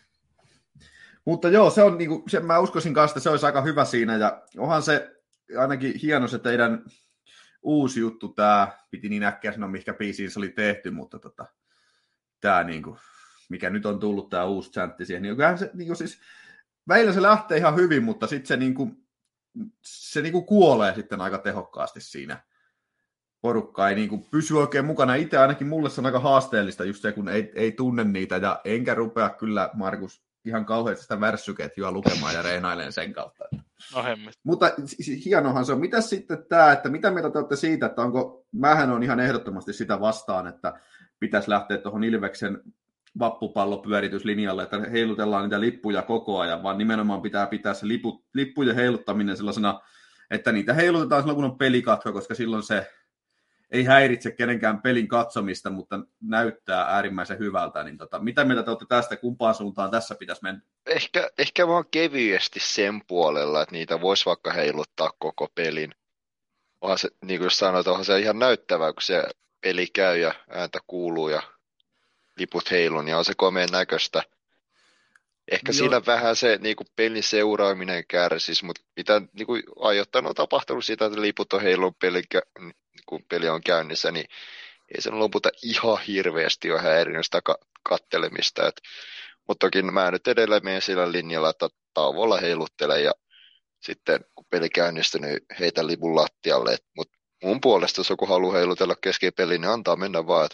Mutta joo, se on, niin kuin, sen mä uskoisin kanssa, että se olisi aika hyvä siinä, ja onhan se ainakin hieno se teidän uusi juttu, tämä, piti niin äkkiä sanoa, mihinkä biisiin se oli tehty, mutta tota, tämä, niin kuin, mikä nyt on tullut, tämä uusi chantti siihen, niin kyllähän se, niin kuin siis, välillä se lähtee ihan hyvin, mutta sitten se, niin kuin, se niin kuin kuolee sitten aika tehokkaasti siinä. Porukka ei niin kuin pysy oikein mukana. Itse ainakin mulle se on aika haasteellista just se, kun ei, ei tunne niitä, ja enkä rupea kyllä, Markus, ihan kauheasti sitä värssyketjua lukemaan ja reinailemaan sen kautta. No hemmet. Mutta hienohan se on. Mitäs sitten tämä, että mitä mieltä te olette siitä, että onko, mähän on ihan ehdottomasti sitä vastaan, että pitäisi lähteä tuohon Ilveksen vappupallopyörityslinjalle, että heilutellaan niitä lippuja koko ajan, vaan nimenomaan pitää pitää se lipu, lippujen heiluttaminen sellaisena, että niitä heilutetaan silloin, kun on pelikatko, koska silloin se ei häiritse kenenkään pelin katsomista, mutta näyttää äärimmäisen hyvältä. Niin tota, mitä mieltä te olette tästä, kumpaan suuntaan tässä pitäisi mennä? Ehkä, ehkä vaan kevyesti sen puolella, että niitä voisi vaikka heiluttaa koko pelin. Onhan se, niin kuin sanoit, onhan se ihan näyttävää, kun se peli käy ja ääntä kuuluu ja liput heiluu, niin on se komeen näköistä. Ehkä Joo. siinä vähän se niin kuin pelin seuraaminen kärsisi, mutta mitä niin kuin ajoittain on tapahtunut sitä, että liput on heilunut peli, kun peli on käynnissä, niin ei sen lopulta ihan hirveästi ole häirinyt sitä kattelemista. Et, mutta toki mä nyt edelleen menen sillä linjalla, että tauolla heiluttelen ja sitten kun peli käynnistyy, niin heitä lipun lattialle. Mutta mun puolesta, jos joku haluaa heilutella kesken peliin, niin antaa mennä vaan.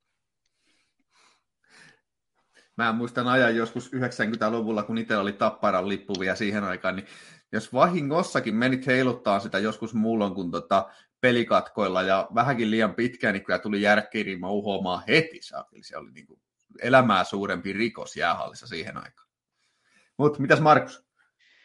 Mä muistan ajan joskus yhdeksänkymmentäluvulla, kun itse oli Tapparan lippu vielä siihen aikaan, niin jos vahingossakin menit heiluttaa sitä joskus muulloin kuin tota pelikatkoilla ja vähänkin liian pitkään, niin kyllä tuli järkkiiriin uhoamaan heti. Se oli niin kuin elämää suurempi rikos jäähallissa siihen aikaan. Mutta mitäs Markus?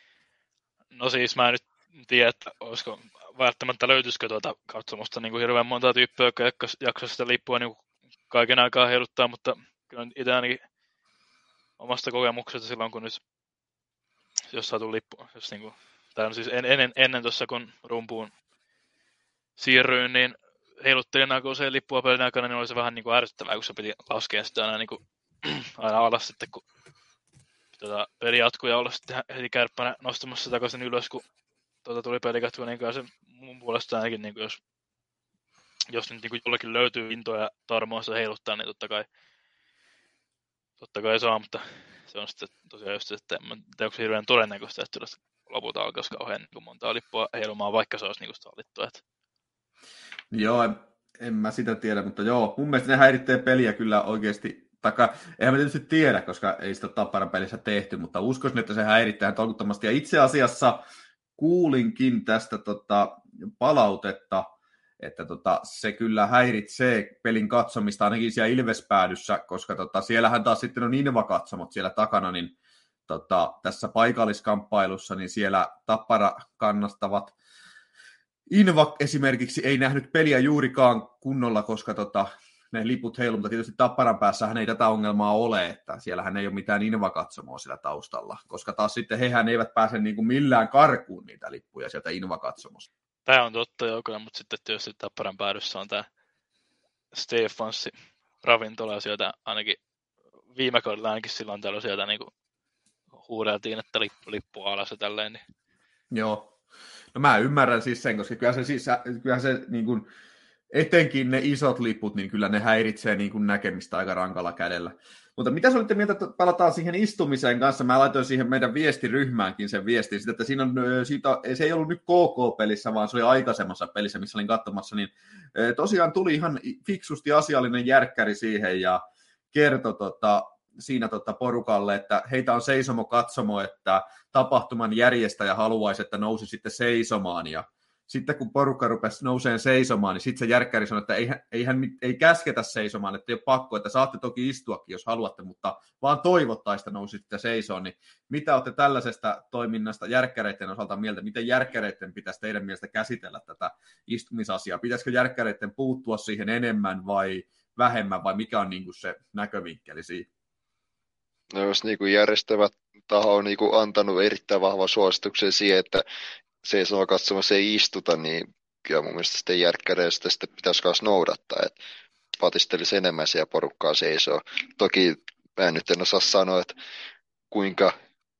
No siis mä en nyt tiedä, että olisiko välttämättä löytyisikö tuota katsomusta niin kuin hirveän monta tyyppiä, jotka jaksaisi sitä lippua niin kuin kaiken aikaa heiluttaa, mutta kyllä itse ainakin omasta kokemuksesta silloin, kun nyt jos saatu lippu, jos niin kuin, tai on siis en, ennen, ennen tuossa kun rumpuun siirryin, niin heiluttelin aika usein lippua pelin aikana, niin oli se vähän niin kuin ärsyttävää, kun se piti laskea sitä aina, niin kuin, aina alas sitten, kun tota, peli jatkui ja olla sitten heti kärppänä nostamassa takaisin ylös, kun tota, tuli peli katkoa, niin kyllä se mun puolesta ainakin, niin kuin jos, jos nyt niin kuin jollekin löytyy intoa ja tarmoa sitä heiluttaa, niin totta kai, totta kai saa, mutta se on sitten tosiaan just, että en tiedä, onko se hirveän todennäköistä, että lopulta alkaisi kauhean niin montaa lippua heilumaan, vaikka se olisi niin sallittua. Että... Joo, en, en mä sitä tiedä, mutta joo, mun mielestä ne häiritsee peliä kyllä oikeasti. Taka, eihän mä tietysti tiedä, koska ei sitä Tapparan pelissä tehty, mutta uskoisin, että se häirittää tolkuttomasti. Ja itse asiassa kuulinkin tästä tota, palautetta, että tota, se kyllä häiritsee pelin katsomista ainakin siellä Ilvespäädyssä, koska tota, siellähän taas sitten on Inva-katsomot siellä takana, niin tota, tässä paikalliskamppailussa, niin siellä Tappara kannastavat Inva esimerkiksi ei nähnyt peliä juurikaan kunnolla, koska tota, ne liput heilu, mutta tietysti Tapparan päässähän ei tätä ongelmaa ole, että siellähän ei ole mitään Inva-katsomoa siellä taustalla, koska taas sitten hehän eivät pääse niin kuin millään karkuun niitä lippuja sieltä Inva-katsomosta. Tämä on totta joo, mutta sitten tietysti Tapparan päädyssä on tämä Stefansi ravintola, ja sieltä ainakin viime kaudella ainakin silloin täällä sieltä niin kuin huudeltiin, että lippu, lippu alas ja tälleen. Niin. Joo. No mä ymmärrän siis sen, koska kyllä se, siis, kyllähän se niin kuin, etenkin ne isot liput, niin kyllä ne häiritsee niin kuin näkemistä aika rankalla kädellä. Mutta mitä sä olitte mieltä, että palataan siihen istumiseen kanssa? Mä laitoin siihen meidän viestiryhmäänkin sen viestin, että siinä on, siitä, se ei ollut nyt K K-pelissä, vaan se oli aikaisemmassa pelissä, missä olin katsomassa, niin tosiaan tuli ihan fiksusti asiallinen järkkäri siihen ja kertoi tota, siinä tota porukalle, että heitä on seisomo katsomo, että tapahtuman järjestäjä haluaisi, että nousi sitten seisomaan ja sitten kun porukka rupesi nouseen seisomaan, niin sitten se järkkäri sanoi, että eihän, eihän, ei käsketä seisomaan, että ei ole pakko, että saatte toki istuakin, jos haluatte, mutta vaan toivottaista nousisitte seisoon. Niin mitä olette tällaisesta toiminnasta järkkäreiden osalta mieltä? Miten järkkäreiden pitäisi teidän mielestä käsitellä tätä istumisasiaa? Pitäisikö järkkäreiden puuttua siihen enemmän vai vähemmän, vai mikä on niin kuin se näkövinkkeli siihen? No jos niin kuin järjestävät taho on niin kuin antanut erittäin vahvan suosituksen siihen, että seisoo katsomassa ei istuta, niin kyllä mun mielestä sitten järkkäreistä sitten pitäisi myös noudattaa, että patistelisi enemmän siellä porukkaa seisoo. Toki mä en nyt en osaa sanoa, että kuinka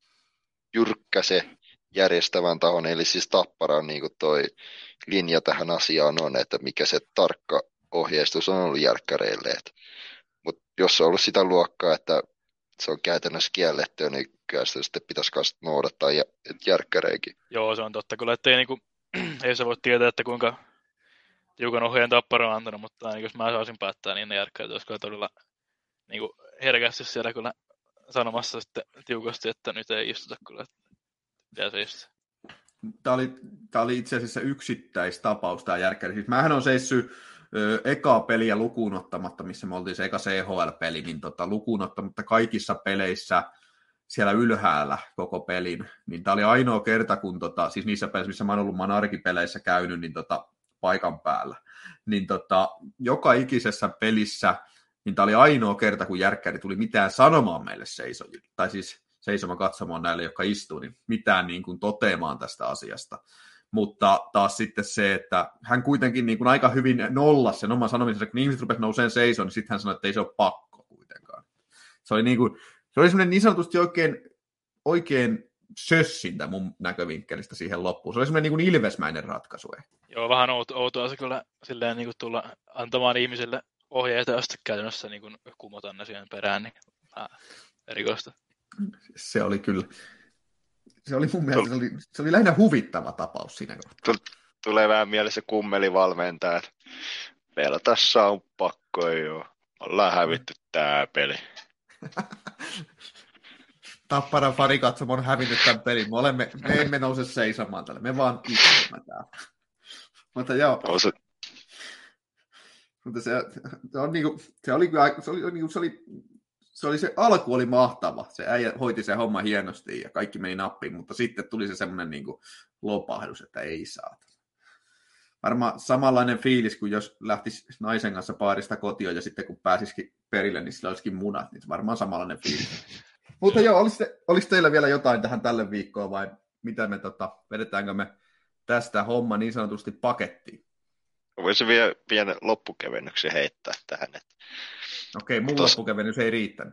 jyrkkä se järjestävän tahon, eli siis Tapparan niin kuin toi linja tähän asiaan on, että mikä se tarkka ohjeistus on ollut järkkäreille. Mutta jos se on ollut sitä luokkaa, että se on käytännössä kiellettyä, niin kyllä sitä sitten pitäisi noudattaa ja järkkäreikin. Joo, se on totta kyllä, että ei, niinku, ei se voi tietää, että kuinka tiukan ohjeen Tappara on antanut, mutta ainakin jos mä saisin päättää, niin ne järkkärit olisi kyllä todella niinku, herkästi siellä kyllä sanomassa sitten tiukasti, että nyt ei istuta kyllä, että pitää seistä. Tämä oli, tämä oli itse asiassa yksittäistapaus tämä järkkäri. Siis mähän on seissyt ö, ekaa peliä lukuun ottamatta, missä me oltiin se eka C H L-peli, niin tota, lukuun ottamatta kaikissa peleissä siellä ylhäällä koko pelin, niin tämä oli ainoa kerta, kun tota, siis niissä peleissä, missä mä oon ollut, mä oon arkipeleissä käynyt, niin tota, paikan päällä, niin tota, joka ikisessä pelissä, niin tämä oli ainoa kerta, kun järkkäri tuli mitään sanomaan meille seisojille, tai siis seisoma katsomaan näille, jotka istuu, niin mitään niin kuin toteamaan tästä asiasta. Mutta taas sitten se, että hän kuitenkin niin kuin aika hyvin nollasi sen oman sanomisensa, kun ihmiset rupesivat nouseen seisoon, niin sitten hän sanoi, että ei se ole pakko kuitenkaan. Se oli, niin kuin, se oli semmoinen niin sanotusti oikein, oikein sössintä mun näkövinkkelistä siihen loppuun. Se oli semmoinen niin kuin ilvesmäinen ratkaisu. Joo, vähän outoa se kyllä silleen niin kuin tulla antamaan ihmisille ohjeita ja sitten käytännössä niin kuin kumotaan ne siihen perään, niin vähän erikoista. Se oli kyllä, se oli mun mielestä, se oli, se oli lähinnä huvittava tapaus siinä kohtaa. Tulee vähän mielessä kummelivalmentaja, että meillä tässä on pakko, joo. Ollaan hävitty tää peli. Tapparan farikatsomo on hävinnyt tämän pelin. Me, olemme, me emme nouse seisomaan tälle, me vaan istumme täällä. Mutta joo. No, se... Mutta se, se, on niinku, se oli kyllä, se oli, niinku, se oli se oli se alku oli mahtava. Se äijä hoiti sen homma hienosti ja kaikki meni nappiin, mutta sitten tuli se semmoinen niin kuin lopahdus, että ei saata. Varmaan samanlainen fiilis kuin jos lähtisi naisen kanssa paarista kotiin ja sitten kun pääsisikin perille, niin sillä olisikin munat, niin varmaan samanlainen fiilis. Mutta joo, olisi, te, olisi teillä vielä jotain tähän tälle viikkoon vai mitä me tota, vedetäänkö me tästä homma niin sanotusti pakettiin? Voisin vielä pienen loppukevennyksen heittää tähän. Että... Okei, mun Tos... loppukevennys ei riittänyt.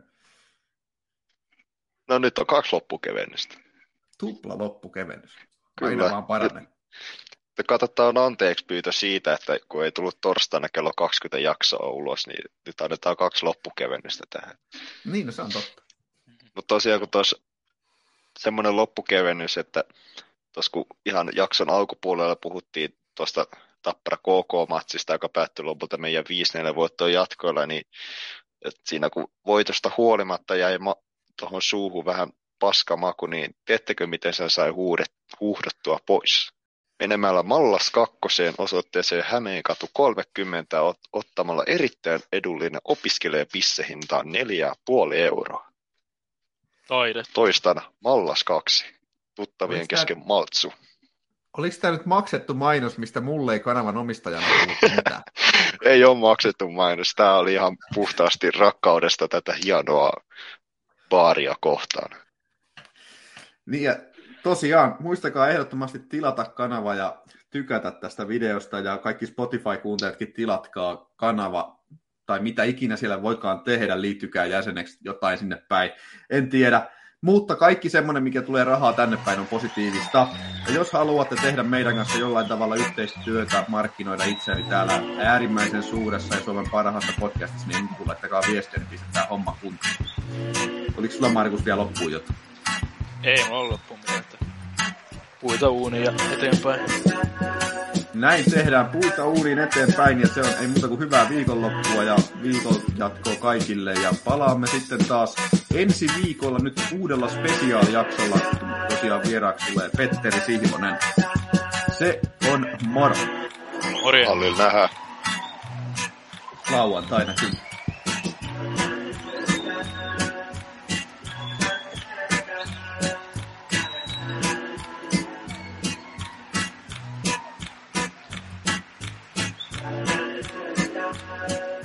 No nyt on kaksi loppukevennystä. Tupla loppukevennys. Kyllä. Aina vaan paranee. Katsotaan anteeksi pyytö siitä, että kun ei tullut torstaina kello kaksikymmentä jaksoa ulos, niin nyt annetaan kaksi loppukevennystä tähän. Niin, no se on totta. Mutta tosiaan kun tuossa semmoinen loppukevennys, että tuossa kun ihan jakson alkupuolella puhuttiin tuosta Tappara K K-matsista, joka päättyi lopulta meidän viisi neljä voittoon jatkoilla, niin siinä kun voitosta huolimatta jäi ma- tuohon suuhun vähän paskamaku, niin tiedättekö miten sen sai huudet, huuhdottua pois? Menemällä Mallas kakkoseen osoitteeseen Hämeenkatu kolmekymmentä ot- ottamalla erittäin edullinen opiskelijapissehintaan neljä pilkku viisi euroa. Taidetta. Toistana Mallas kaksi. Tuttavien Olis kesken tää... Maltsu. Oliko tämä nyt maksettu mainos, mistä mulle ei kanavan omistajana tullut mitään? Ei ole maksettu mainos. Tämä oli ihan puhtaasti rakkaudesta tätä hienoa baaria kohtaan. Niin ja tosiaan, muistakaa ehdottomasti tilata kanava ja tykätä tästä videosta ja kaikki Spotify-kuuntelijatkin tilatkaa kanava tai mitä ikinä siellä voikaan tehdä, liittykää jäseneksi jotain sinne päin. En tiedä, mutta kaikki semmoinen, mikä tulee rahaa tänne päin on positiivista. Ja jos haluatte tehdä meidän kanssa jollain tavalla yhteistyötä, markkinoida itseäni täällä äärimmäisen suuressa ja Suomen parhaassa podcastissa, niin nyt laittakaa viestiä, niin pistetään homma kuntoon. Oliko sulla, Markus, vielä loppuun jotain? Ei mulla ole loppuun mitään. Puita uuniin ja eteenpäin. Näin tehdään, puita uuniin eteenpäin, ja se on ei muuta kuin hyvää viikonloppua ja viikon jatkoa kaikille. Ja palaamme sitten taas ensi viikolla nyt uudella spesiaalijaksolla, kun tosiaan vieraaksi tulee Petteri Sihvonen. Se on moro. Morjens. Hallin nähdään. Lauantaina kyllä. Thank you.